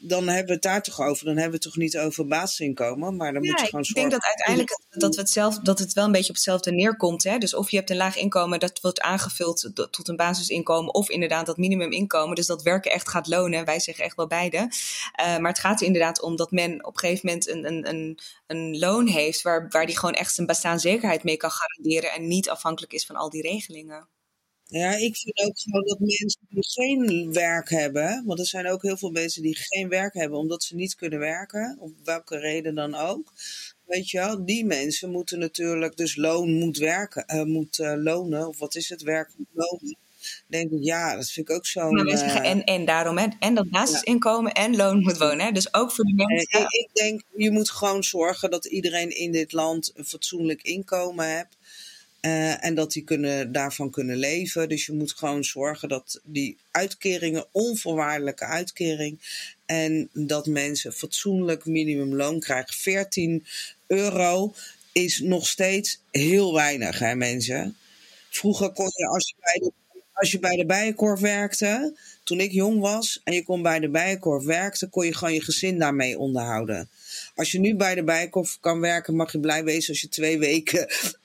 dan hebben we het daar toch over. Dan hebben we het toch niet over basisinkomen. Maar dan moet je gewoon ik denk dat uiteindelijk dat het wel een beetje op hetzelfde neerkomt. Hè? Dus of je hebt een laag inkomen dat wordt aangevuld tot een basisinkomen. Of inderdaad dat minimuminkomen. Dus dat werken echt gaat lonen. Wij zeggen echt wel beide. Maar het gaat er inderdaad om dat men op een gegeven moment een loon heeft waar die gewoon echt zijn bestaanszekerheid mee kan garanderen. En niet afhankelijk is van al die regelingen. Ja, ik vind ook gewoon dat mensen die geen werk hebben, want er zijn ook heel veel mensen die geen werk hebben omdat ze niet kunnen werken, om welke reden dan ook. Weet je wel, die mensen moeten natuurlijk, dus loon moet werken, moet lonen, of wat is het, werk moet lonen. Denk ik, ja, dat vind ik ook zo'n... Maar wij zeggen en daarom, hè, en dat basisinkomen en loon moet wonen. Hè? Dus ook voor de mensen... Ik denk, je moet gewoon zorgen dat iedereen in dit land een fatsoenlijk inkomen heeft. En dat die daarvan kunnen leven. Dus je moet gewoon zorgen dat die uitkeringen, onvoorwaardelijke uitkering, en dat mensen fatsoenlijk minimumloon krijgen. 14 euro is nog steeds heel weinig, hè mensen. Vroeger kon je, als je bij de Bijenkorf werkte, toen ik jong was, en je kon bij de Bijenkorf werken, kon je gewoon je gezin daarmee onderhouden. Als je nu bij de Bijenkorf kan werken, mag je blij wezen als je 2 weken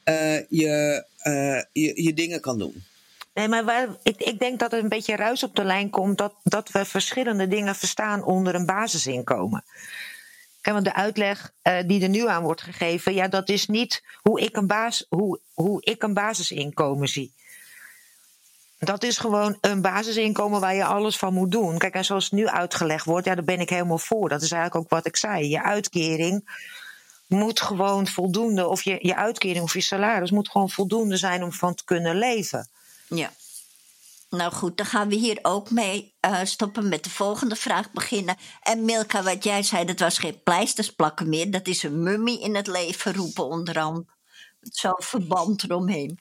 je dingen kan doen. Nee, maar ik denk dat er een beetje ruis op de lijn komt dat we verschillende dingen verstaan onder een basisinkomen. Kijk, want de uitleg die er nu aan wordt gegeven, ja, dat is niet hoe ik een basisinkomen zie. Dat is gewoon een basisinkomen waar je alles van moet doen. Kijk, en zoals het nu uitgelegd wordt, ja, daar ben ik helemaal voor. Dat is eigenlijk ook wat ik zei. Je uitkering moet gewoon voldoende, of je uitkering of je salaris moet gewoon voldoende zijn om van te kunnen leven. Ja. Nou goed, dan gaan we hier ook mee stoppen met de volgende vraag beginnen. En Milka, wat jij zei, dat was geen pleisters plakken meer. Dat is een mummie in het leven roepen onderhand. Zo'n verband eromheen.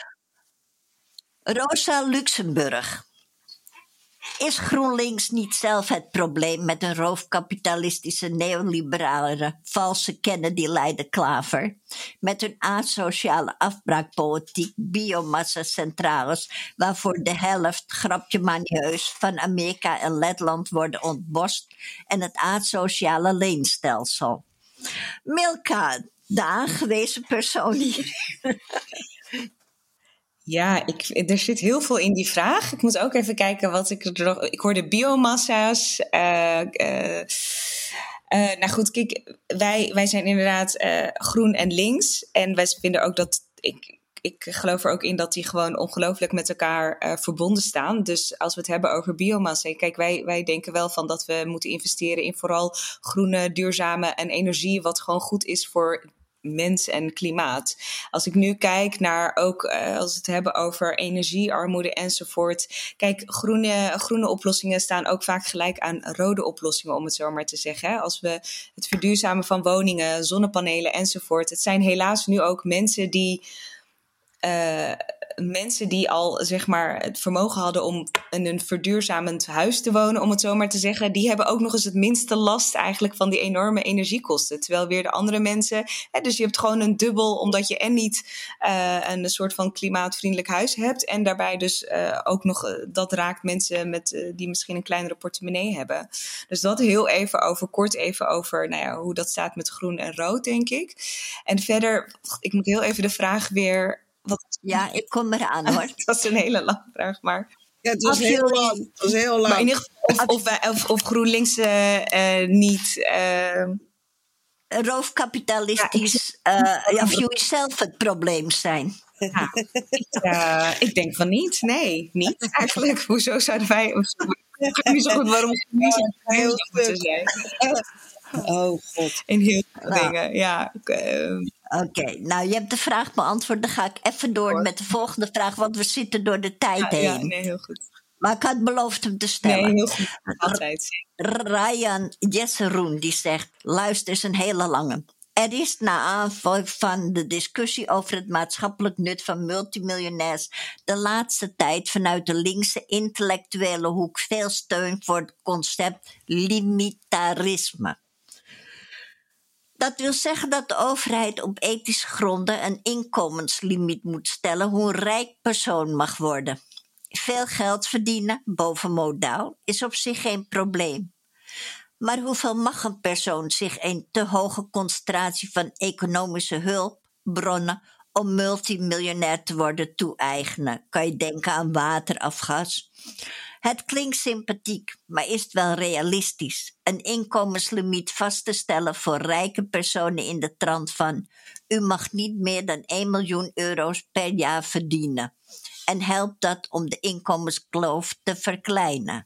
Rosa Luxemburg. Is GroenLinks niet zelf het probleem met een roofkapitalistische neoliberale valse Kennedy-leider Klaver? Met hun asociale afbraakpolitiek, biomassa-centrales, waarvoor de helft, grapje manieus, van Amerika en Letland worden ontbost, en het asociale leenstelsel. Milka, de aangewezen persoon hier. Ja, er zit heel veel in die vraag. Ik moet ook even kijken wat ik hoorde biomassa's. Nou goed, kijk, wij zijn inderdaad groen en links. En wij vinden ook dat... Ik geloof er ook in dat die gewoon ongelooflijk met elkaar verbonden staan. Dus als we het hebben over biomassa... Kijk, wij denken wel van dat we moeten investeren in vooral groene, duurzame en energie, wat gewoon goed is voor mens en klimaat. Als ik nu kijk naar ook als we het hebben over energiearmoede enzovoort. Kijk, groene oplossingen staan ook vaak gelijk aan rode oplossingen, om het zo maar te zeggen. Hè? Als we het verduurzamen van woningen, zonnepanelen enzovoort. Het zijn helaas nu ook mensen die al zeg maar het vermogen hadden om in een verduurzamend huis te wonen, om het zo maar te zeggen, die hebben ook nog eens het minste last eigenlijk van die enorme energiekosten. Terwijl weer de andere mensen, dus je hebt gewoon een dubbel, omdat je en niet een soort van klimaatvriendelijk huis hebt en daarbij dus ook nog dat raakt mensen die misschien een kleinere portemonnee hebben. Dus dat kort even over nou ja, hoe dat staat met groen en rood, denk ik. En verder, ik moet heel even de vraag weer... Ja, ik kom eraan hoor. Dat was een hele lange vraag, maar... Ja, het was heel lang. Maar in ieder geval of GroenLinks niet... roofkapitalistisch, of jullie zelf het probleem zijn. Ik denk van niet. Nee, niet eigenlijk. Hoezo zouden wij... Ik weet niet zo goed waarom GroenLinks heel goed zijn. Oh god. In heel veel dingen, ja. Oké, nou je hebt de vraag beantwoord. Dan ga ik even door met de volgende vraag, want we zitten door de tijd heen. Ja, nee, heel goed. Maar ik had beloofd hem te stellen. Nee, heel goed. Altijd. Ryan Jesseroen die zegt, luister, is een hele lange. Er is na aanvang van de discussie over het maatschappelijk nut van multimiljonairs de laatste tijd vanuit de linkse intellectuele hoek veel steun voor het concept limitarisme. Dat wil zeggen dat de overheid op ethische gronden een inkomenslimiet moet stellen hoe een rijk persoon mag worden. Veel geld verdienen, boven modaal, is op zich geen probleem. Maar hoeveel mag een persoon zich een te hoge concentratie van economische hulpbronnen om multimiljonair te worden toe-eigenen? Kan je denken aan water of gas? Het klinkt sympathiek, maar is het wel realistisch? Een inkomenslimiet vast te stellen voor rijke personen in de trant van: u mag niet meer dan 1 miljoen euro's per jaar verdienen. En helpt dat om de inkomenskloof te verkleinen?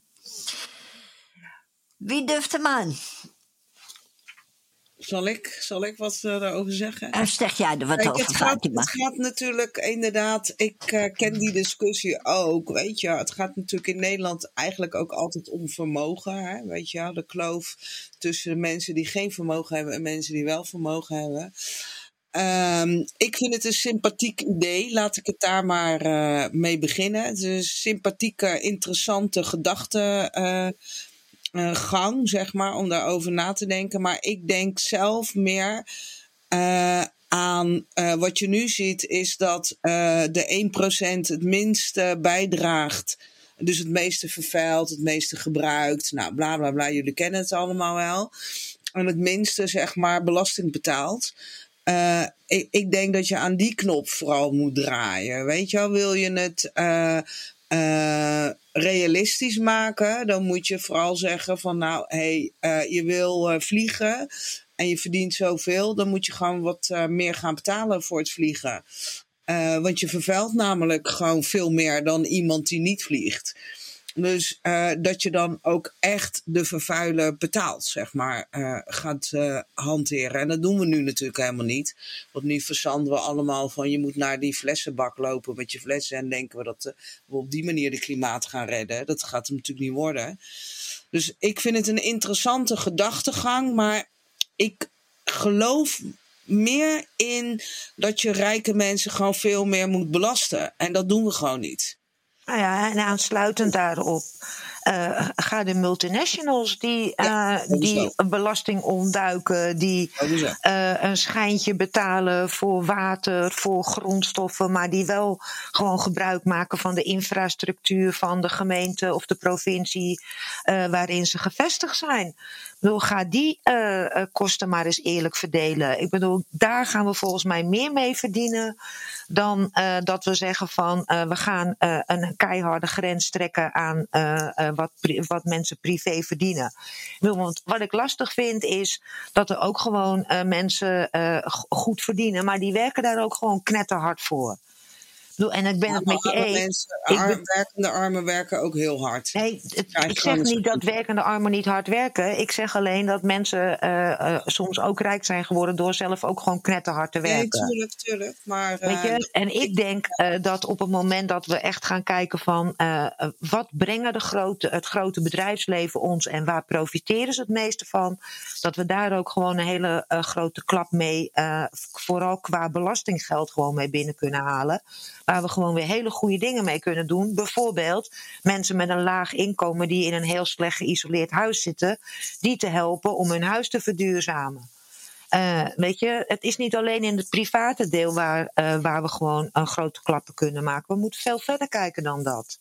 Wie durft hem aan? Zal ik wat daarover zeggen? Zeg jij er wat Kijk, over, Fatima? het gaat natuurlijk inderdaad, ik ken die discussie ook, weet je. Het gaat natuurlijk in Nederland eigenlijk ook altijd om vermogen, hè, weet je. De kloof tussen de mensen die geen vermogen hebben en mensen die wel vermogen hebben. Ik vind het een sympathiek idee. Laat ik het daar maar mee beginnen. Het is een sympathieke, interessante gedachtegang, zeg maar, om daarover na te denken. Maar ik denk zelf meer aan wat je nu ziet, is dat de 1% het minste bijdraagt. Dus het meeste vervuilt, het meeste gebruikt. Nou, bla bla bla, jullie kennen het allemaal wel. En het minste, zeg maar, belasting betaalt. Ik denk dat je aan die knop vooral moet draaien. Weet je wel, wil je het realistisch maken, dan moet je vooral zeggen van nou, je wil vliegen en je verdient zoveel, dan moet je gewoon wat meer gaan betalen voor het vliegen. Want je vervuilt namelijk gewoon veel meer dan iemand die niet vliegt. Dus dat je dan ook echt de vervuiler betaalt, zeg maar, gaat hanteren. En dat doen we nu natuurlijk helemaal niet. Want nu verzanden we allemaal van je moet naar die flessenbak lopen met je flessen. En denken we dat we op die manier de klimaat gaan redden. Dat gaat hem natuurlijk niet worden. Dus ik vind het een interessante gedachtegang. Maar ik geloof meer in dat je rijke mensen gewoon veel meer moet belasten. En dat doen we gewoon niet. Nou ja, en aansluitend daarop gaan de multinationals die belasting ontduiken, die een schijntje betalen voor water, voor grondstoffen, maar die wel gewoon gebruik maken van de infrastructuur van de gemeente of de provincie waarin ze gevestigd zijn. Ik bedoel, ga die kosten maar eens eerlijk verdelen. Ik bedoel, daar gaan we volgens mij meer mee verdienen dan dat we zeggen van we gaan een keiharde grens trekken aan wat mensen privé verdienen. Ik bedoel, want wat ik lastig vind is dat er ook gewoon mensen goed verdienen, maar die werken daar ook gewoon knetterhard voor. En ik ben het met je eens. Werkende armen werken ook heel hard. Nee, ik zeg niet dat werkende armen niet hard werken. Ik zeg alleen dat mensen soms ook rijk zijn geworden door zelf ook gewoon knetterhard te werken. Nee, tuurlijk. Maar, weet je? En ik denk dat op het moment dat we echt gaan kijken van wat brengen het grote bedrijfsleven ons en waar profiteren ze het meeste van, dat we daar ook gewoon een hele grote klap mee, vooral qua belastinggeld gewoon mee binnen kunnen halen. Waar we gewoon weer hele goede dingen mee kunnen doen. Bijvoorbeeld mensen met een laag inkomen die in een heel slecht geïsoleerd huis zitten, die te helpen om hun huis te verduurzamen. Weet je, het is niet alleen in het private deel waar we gewoon een grote klappen kunnen maken. We moeten veel verder kijken dan dat.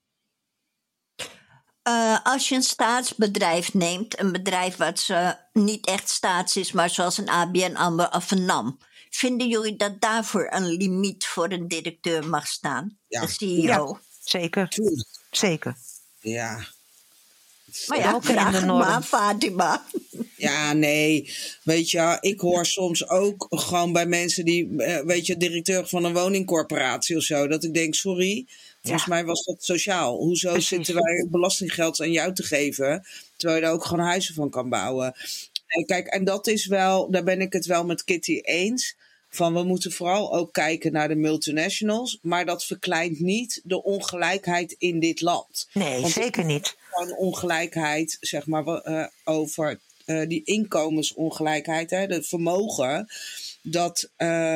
Als je een staatsbedrijf neemt, een bedrijf wat niet echt staats is, maar zoals een ABN AMRO of een NAM. Vinden jullie dat daarvoor een limiet voor een directeur mag staan? Ja. De CEO? Ja, zeker. Tuurlijk. Zeker. Ja. Maar ja, vraag maar, Fatima. Ja, nee. Weet je, ik hoor soms ook gewoon bij mensen die, weet je, directeur van een woningcorporatie of zo, dat ik denk, sorry, volgens mij was dat sociaal. Hoezo Precies. zitten wij belastinggeld aan jou te geven, terwijl je daar ook gewoon huizen van kan bouwen? Nee, kijk, en dat is wel, daar ben ik het wel met Kitty eens. Van we moeten vooral ook kijken naar de multinationals. Maar dat verkleint niet de ongelijkheid in dit land. Nee, want zeker niet. Gewoon ongelijkheid, zeg maar, over die inkomensongelijkheid, hè, het vermogen. Dat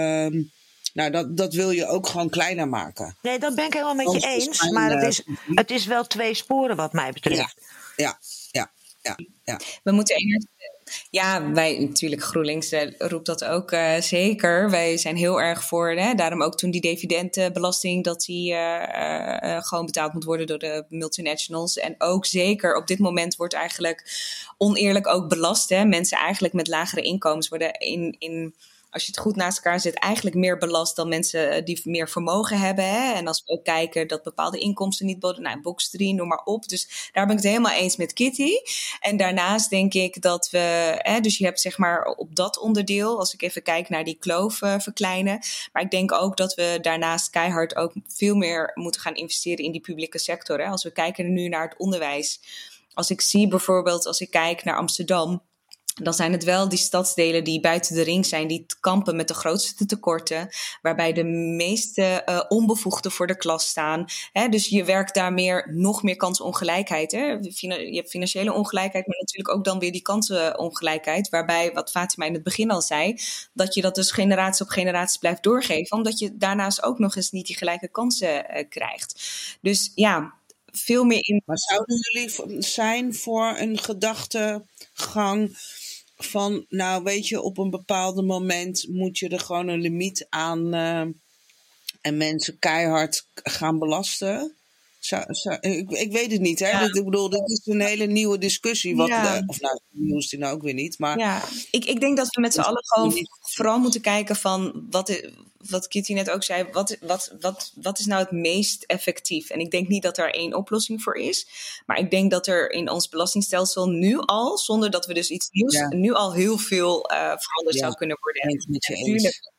wil je ook gewoon kleiner maken. Nee, dat ben ik helemaal met je eens. Maar het is wel twee sporen wat mij betreft. Ja. We moeten Ja, wij natuurlijk, GroenLinks roept dat ook zeker. Wij zijn heel erg voor, daarom ook toen die dividendbelasting, dat die gewoon betaald moet worden door de multinationals. En ook zeker op dit moment wordt eigenlijk oneerlijk ook belast. Hè. Mensen eigenlijk met lagere inkomens worden als je het goed naast elkaar zet, eigenlijk meer belast dan mensen die meer vermogen hebben. Hè? En als we ook kijken dat bepaalde inkomsten niet box 3, noem maar op. Dus daar ben ik het helemaal eens met Kitty. En daarnaast denk ik dat we, dus je hebt zeg maar op dat onderdeel, als ik even kijk naar die kloof verkleinen. Maar ik denk ook dat we daarnaast keihard ook veel meer moeten gaan investeren in die publieke sector. Hè? Als we kijken nu naar het onderwijs. Als ik kijk naar Amsterdam, dan zijn het wel die stadsdelen die buiten de ring zijn, die kampen met de grootste tekorten, waarbij de meeste onbevoegden voor de klas staan. Hè? Dus je werkt daar nog meer kansongelijkheid. Hè? Je hebt financiële ongelijkheid, maar natuurlijk ook dan weer die kansenongelijkheid, waarbij, wat Fatima in het begin al zei, dat je dat dus generatie op generatie blijft doorgeven, omdat je daarnaast ook nog eens niet die gelijke kansen krijgt. Dus ja, veel meer in. Maar zouden jullie zijn voor een gedachtegang van, nou weet je, op een bepaald moment moet je er gewoon een limiet aan en mensen keihard gaan belasten? Ik weet het niet, hè? Ja. Ik bedoel, dit is een hele nieuwe discussie. Nieuw is die nou ook weer niet. Maar ja, ik denk dat we met z'n allen gewoon vooral moeten kijken van wat Kitty net ook zei, wat is nou het meest effectief? En ik denk niet dat er één oplossing voor is. Maar ik denk dat er in ons belastingstelsel nu al, zonder dat we dus iets nieuws, nu al heel veel veranderd zou kunnen worden. Natuurlijk.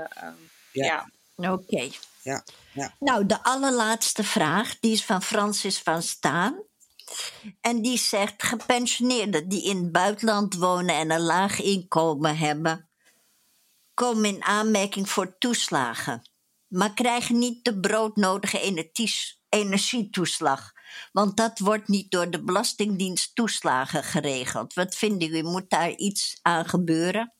Oké. Ja. Nou, de allerlaatste vraag, die is van Francis van Staan. En die zegt, gepensioneerden die in het buitenland wonen en een laag inkomen hebben, komen in aanmerking voor toeslagen, maar krijgen niet de broodnodige energietoeslag. Want dat wordt niet door de Belastingdienst toeslagen geregeld. Wat vinden jullie? Moet daar iets aan gebeuren?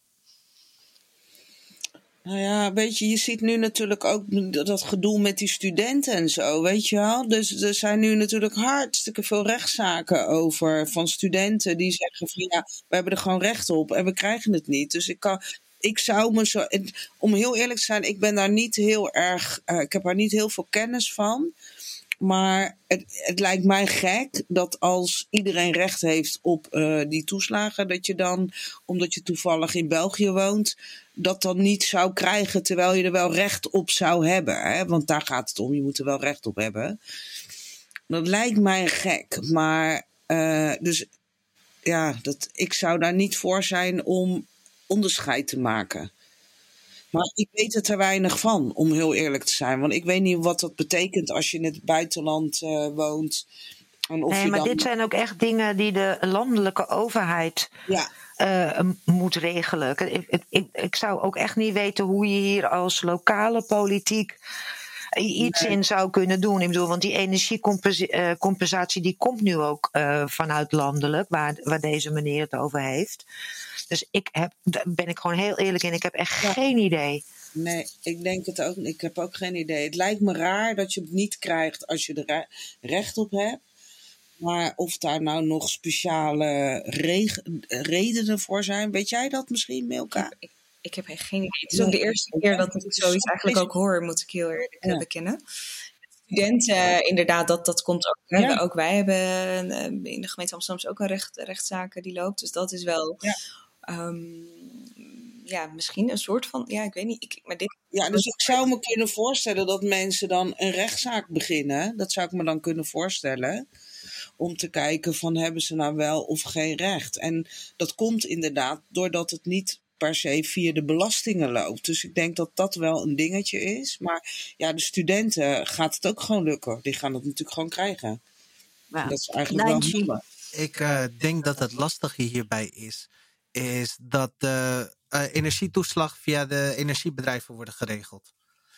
Nou ja, weet je ziet nu natuurlijk ook dat gedoe met die studenten en zo, weet je wel. Dus er zijn nu natuurlijk hartstikke veel rechtszaken over van studenten die zeggen van ja, we hebben er gewoon recht op en we krijgen het niet. Dus ik zou me zo, om heel eerlijk te zijn, ik ben daar niet heel erg, ik heb daar niet heel veel kennis van. Maar het lijkt mij gek dat als iedereen recht heeft op die toeslagen, dat je dan, omdat je toevallig in België woont, dat dan niet zou krijgen terwijl je er wel recht op zou hebben. Hè? Want daar gaat het om, je moet er wel recht op hebben. Dat lijkt mij gek. Maar dus ja, ik zou daar niet voor zijn om onderscheid te maken. Maar ik weet er te weinig van, om heel eerlijk te zijn. Want ik weet niet wat dat betekent als je in het buitenland woont. En of maar dit zijn ook echt dingen die de landelijke overheid moet regelen. Ik zou ook echt niet weten hoe je hier als lokale politiek iets in zou kunnen doen. Ik bedoel, want die energiecompensatie die komt nu ook vanuit landelijk, waar deze meneer het over heeft. Dus daar ben ik gewoon heel eerlijk in. Ik heb echt geen idee. Nee, ik denk het ook. Ik heb ook geen idee. Het lijkt me raar dat je het niet krijgt als je er recht op hebt. Maar of daar nou nog speciale redenen voor zijn, weet jij dat misschien, Milka? Ik heb geen idee. Het is ook de eerste keer dat ik zoiets eigenlijk ook hoor, moet ik heel eerlijk bekennen. Studenten, inderdaad, dat komt ook. Ja. Ook wij hebben in de gemeente Amsterdam ook een rechtszaken die loopt. Dus dat is wel misschien een soort van, ik weet niet. Dus ik zou me kunnen voorstellen dat mensen dan een rechtszaak beginnen. Dat zou ik me dan kunnen voorstellen. Om te kijken van, hebben ze nou wel of geen recht? En dat komt inderdaad doordat het niet per se via de belastingen loopt. Dus ik denk dat dat wel een dingetje is. Maar ja, de studenten gaat het ook gewoon lukken. Die gaan het natuurlijk gewoon krijgen. Ja. Dat is eigenlijk wel moeilijk. Ik denk dat het lastige hierbij is dat de energietoeslag via de energiebedrijven worden geregeld.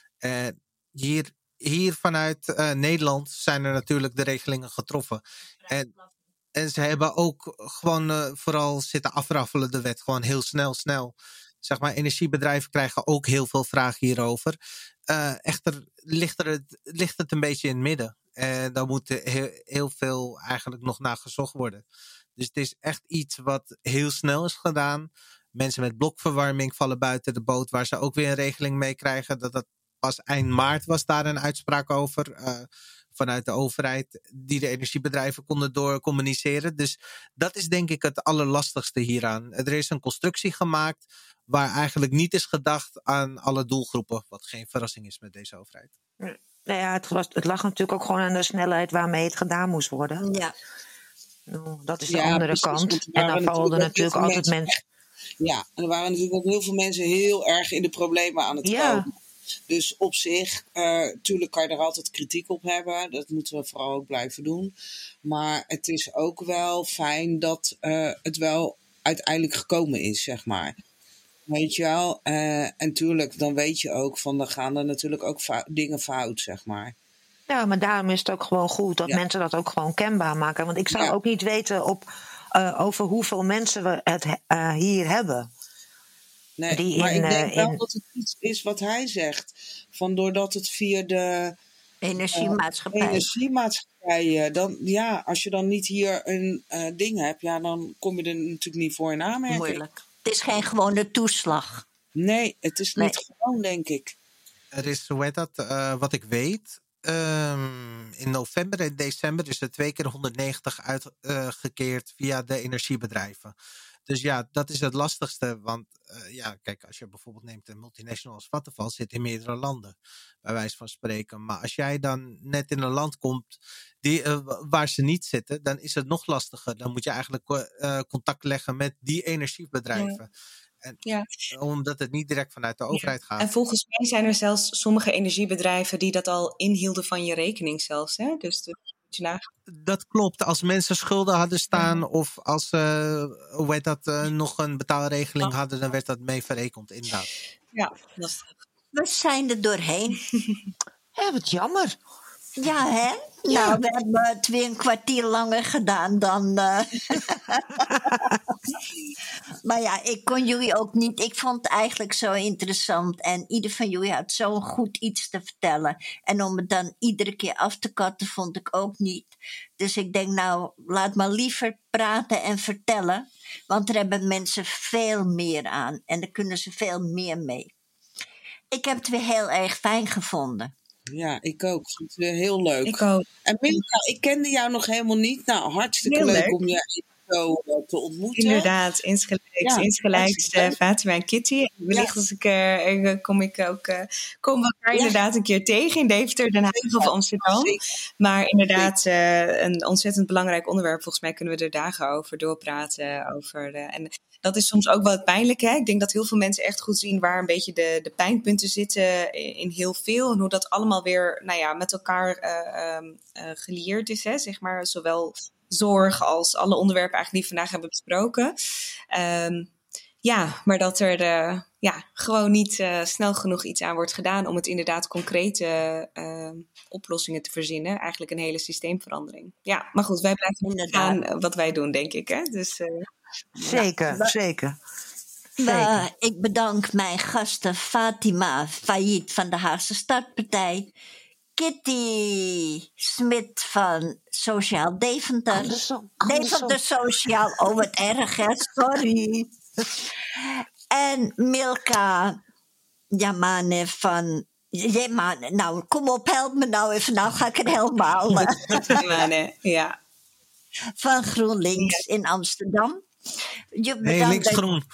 Hier vanuit Nederland zijn er natuurlijk de regelingen getroffen. En ze hebben ook gewoon vooral zitten afraffelen de wet. Gewoon heel snel. Zeg maar, energiebedrijven krijgen ook heel veel vragen hierover. Echter ligt het een beetje in het midden. En daar moet heel veel eigenlijk nog naar gezocht worden. Dus het is echt iets wat heel snel is gedaan. Mensen met blokverwarming vallen buiten de boot, waar ze ook weer een regeling mee krijgen. Dat pas eind maart was daar een uitspraak over. Vanuit de overheid, die de energiebedrijven konden doorcommuniceren. Dus dat is denk ik het allerlastigste hieraan. Er is een constructie gemaakt waar eigenlijk niet is gedacht aan alle doelgroepen. Wat geen verrassing is met deze overheid. Nou ja, het lag natuurlijk ook gewoon aan de snelheid waarmee het gedaan moest worden. Ja. Dat is de andere precies, kant. want En dan vallen er natuurlijk altijd mensen. Ja, en er waren natuurlijk ook heel veel mensen heel erg in de problemen aan het komen. Dus op zich, tuurlijk kan je er altijd kritiek op hebben. Dat moeten we vooral ook blijven doen. Maar het is ook wel fijn dat het wel uiteindelijk gekomen is, zeg maar. Weet je wel? En tuurlijk, dan weet je ook van, dan gaan er natuurlijk ook dingen fout, zeg maar. Ja, maar daarom is het ook gewoon goed dat mensen dat ook gewoon kenbaar maken. Want ik zou ook niet weten over hoeveel mensen we het hier hebben. Nee, maar ik denk wel dat het iets is wat hij zegt. Van doordat het via de energiemaatschappij, dan, als je dan niet hier een ding hebt, dan kom je er natuurlijk niet voor in aanmerking. Moeilijk. Het is geen gewone toeslag. Nee, het is niet gewoon, denk ik. Er is, wat ik weet, in november en december is er 2 keer 190 uitgekeerd via de energiebedrijven. Dus ja, dat is het lastigste. Want kijk, als je bijvoorbeeld neemt een multinational als Vattenfall, zit in meerdere landen, bij wijze van spreken. Maar als jij dan net in een land komt waar ze niet zitten, dan is het nog lastiger. Dan moet je eigenlijk contact leggen met die energiebedrijven. Ja. Omdat het niet direct vanuit de overheid gaat. En volgens mij zijn er zelfs sommige energiebedrijven die dat al inhielden van je rekening zelfs. Hè? Dus dat klopt. Als mensen schulden hadden staan of als nog een betaalregeling hadden, dan werd dat mee verrekend, inderdaad. Ja, lastig. We zijn er doorheen. Wat jammer. Ja, hè? Ja. Nou, we hebben het weer een kwartier langer gedaan dan... Maar ja, ik kon jullie ook niet... Ik vond het eigenlijk zo interessant. En ieder van jullie had zo'n goed iets te vertellen. En om het dan iedere keer af te katten vond ik ook niet. Dus ik denk, laat maar liever praten en vertellen. Want er hebben mensen veel meer aan. En daar kunnen ze veel meer mee. Ik heb het weer heel erg fijn gevonden. Ja, ik ook. Ik vond het weer heel leuk. Ik ook. En Milka, ik kende jou nog helemaal niet. Nou, hartstikke heel leuk om je zo te ontmoeten. Inderdaad, insgelijks Fatima en Kitty. Wellicht als komen we elkaar inderdaad een keer tegen in Deventer, Den Haag of Amsterdam. Maar inderdaad, een ontzettend belangrijk onderwerp. Volgens mij kunnen we er dagen over doorpraten. En dat is soms ook wel het pijnlijke. Hè? Ik denk dat heel veel mensen echt goed zien waar een beetje de pijnpunten zitten in heel veel. En hoe dat allemaal weer met elkaar gelieerd is. Hè? Zeg maar, zowel zorg als alle onderwerpen eigenlijk die we vandaag hebben besproken. Maar dat er gewoon niet snel genoeg iets aan wordt gedaan om het inderdaad concrete oplossingen te verzinnen. Eigenlijk een hele systeemverandering. Ja, maar goed, wij blijven gaan wat wij doen, denk ik. Hè? Dus, Zeker. Ik bedank mijn gasten Fatima Faillit van de Haagse Startpartij, Kitty Smit van Sociaal Deventer. Deventer Sociaal, wat erg hè, sorry. En Milka Yamane van... nou, kom op, help me nou even. Nou ga ik het helemaal... ja. Van GroenLinks in Amsterdam. Links-groen.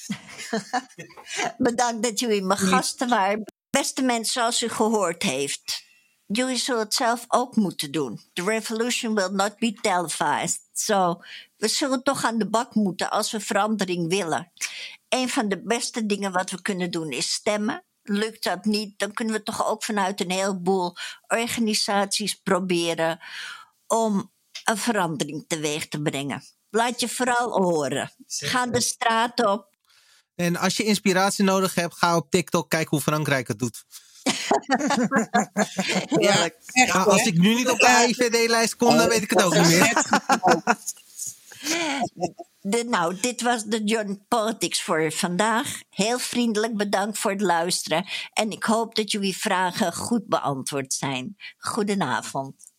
Bedankt dat jullie mijn gasten waren. Beste mensen, zoals u gehoord heeft, jullie zullen het zelf ook moeten doen. The revolution will not be televised. We zullen toch aan de bak moeten als we verandering willen. Een van de beste dingen wat we kunnen doen is stemmen. Lukt dat niet, dan kunnen we toch ook vanuit een heleboel organisaties proberen om een verandering teweeg te brengen. Laat je vooral horen. Ga de straat op. En als je inspiratie nodig hebt, ga op TikTok kijken hoe Frankrijk het doet. Als ik nu niet op de IVD-lijst kom, dan weet ik het ook niet meer. Dit was de Joint Politics voor vandaag. Heel vriendelijk bedankt voor het luisteren. En ik hoop dat jullie vragen goed beantwoord zijn. Goedenavond.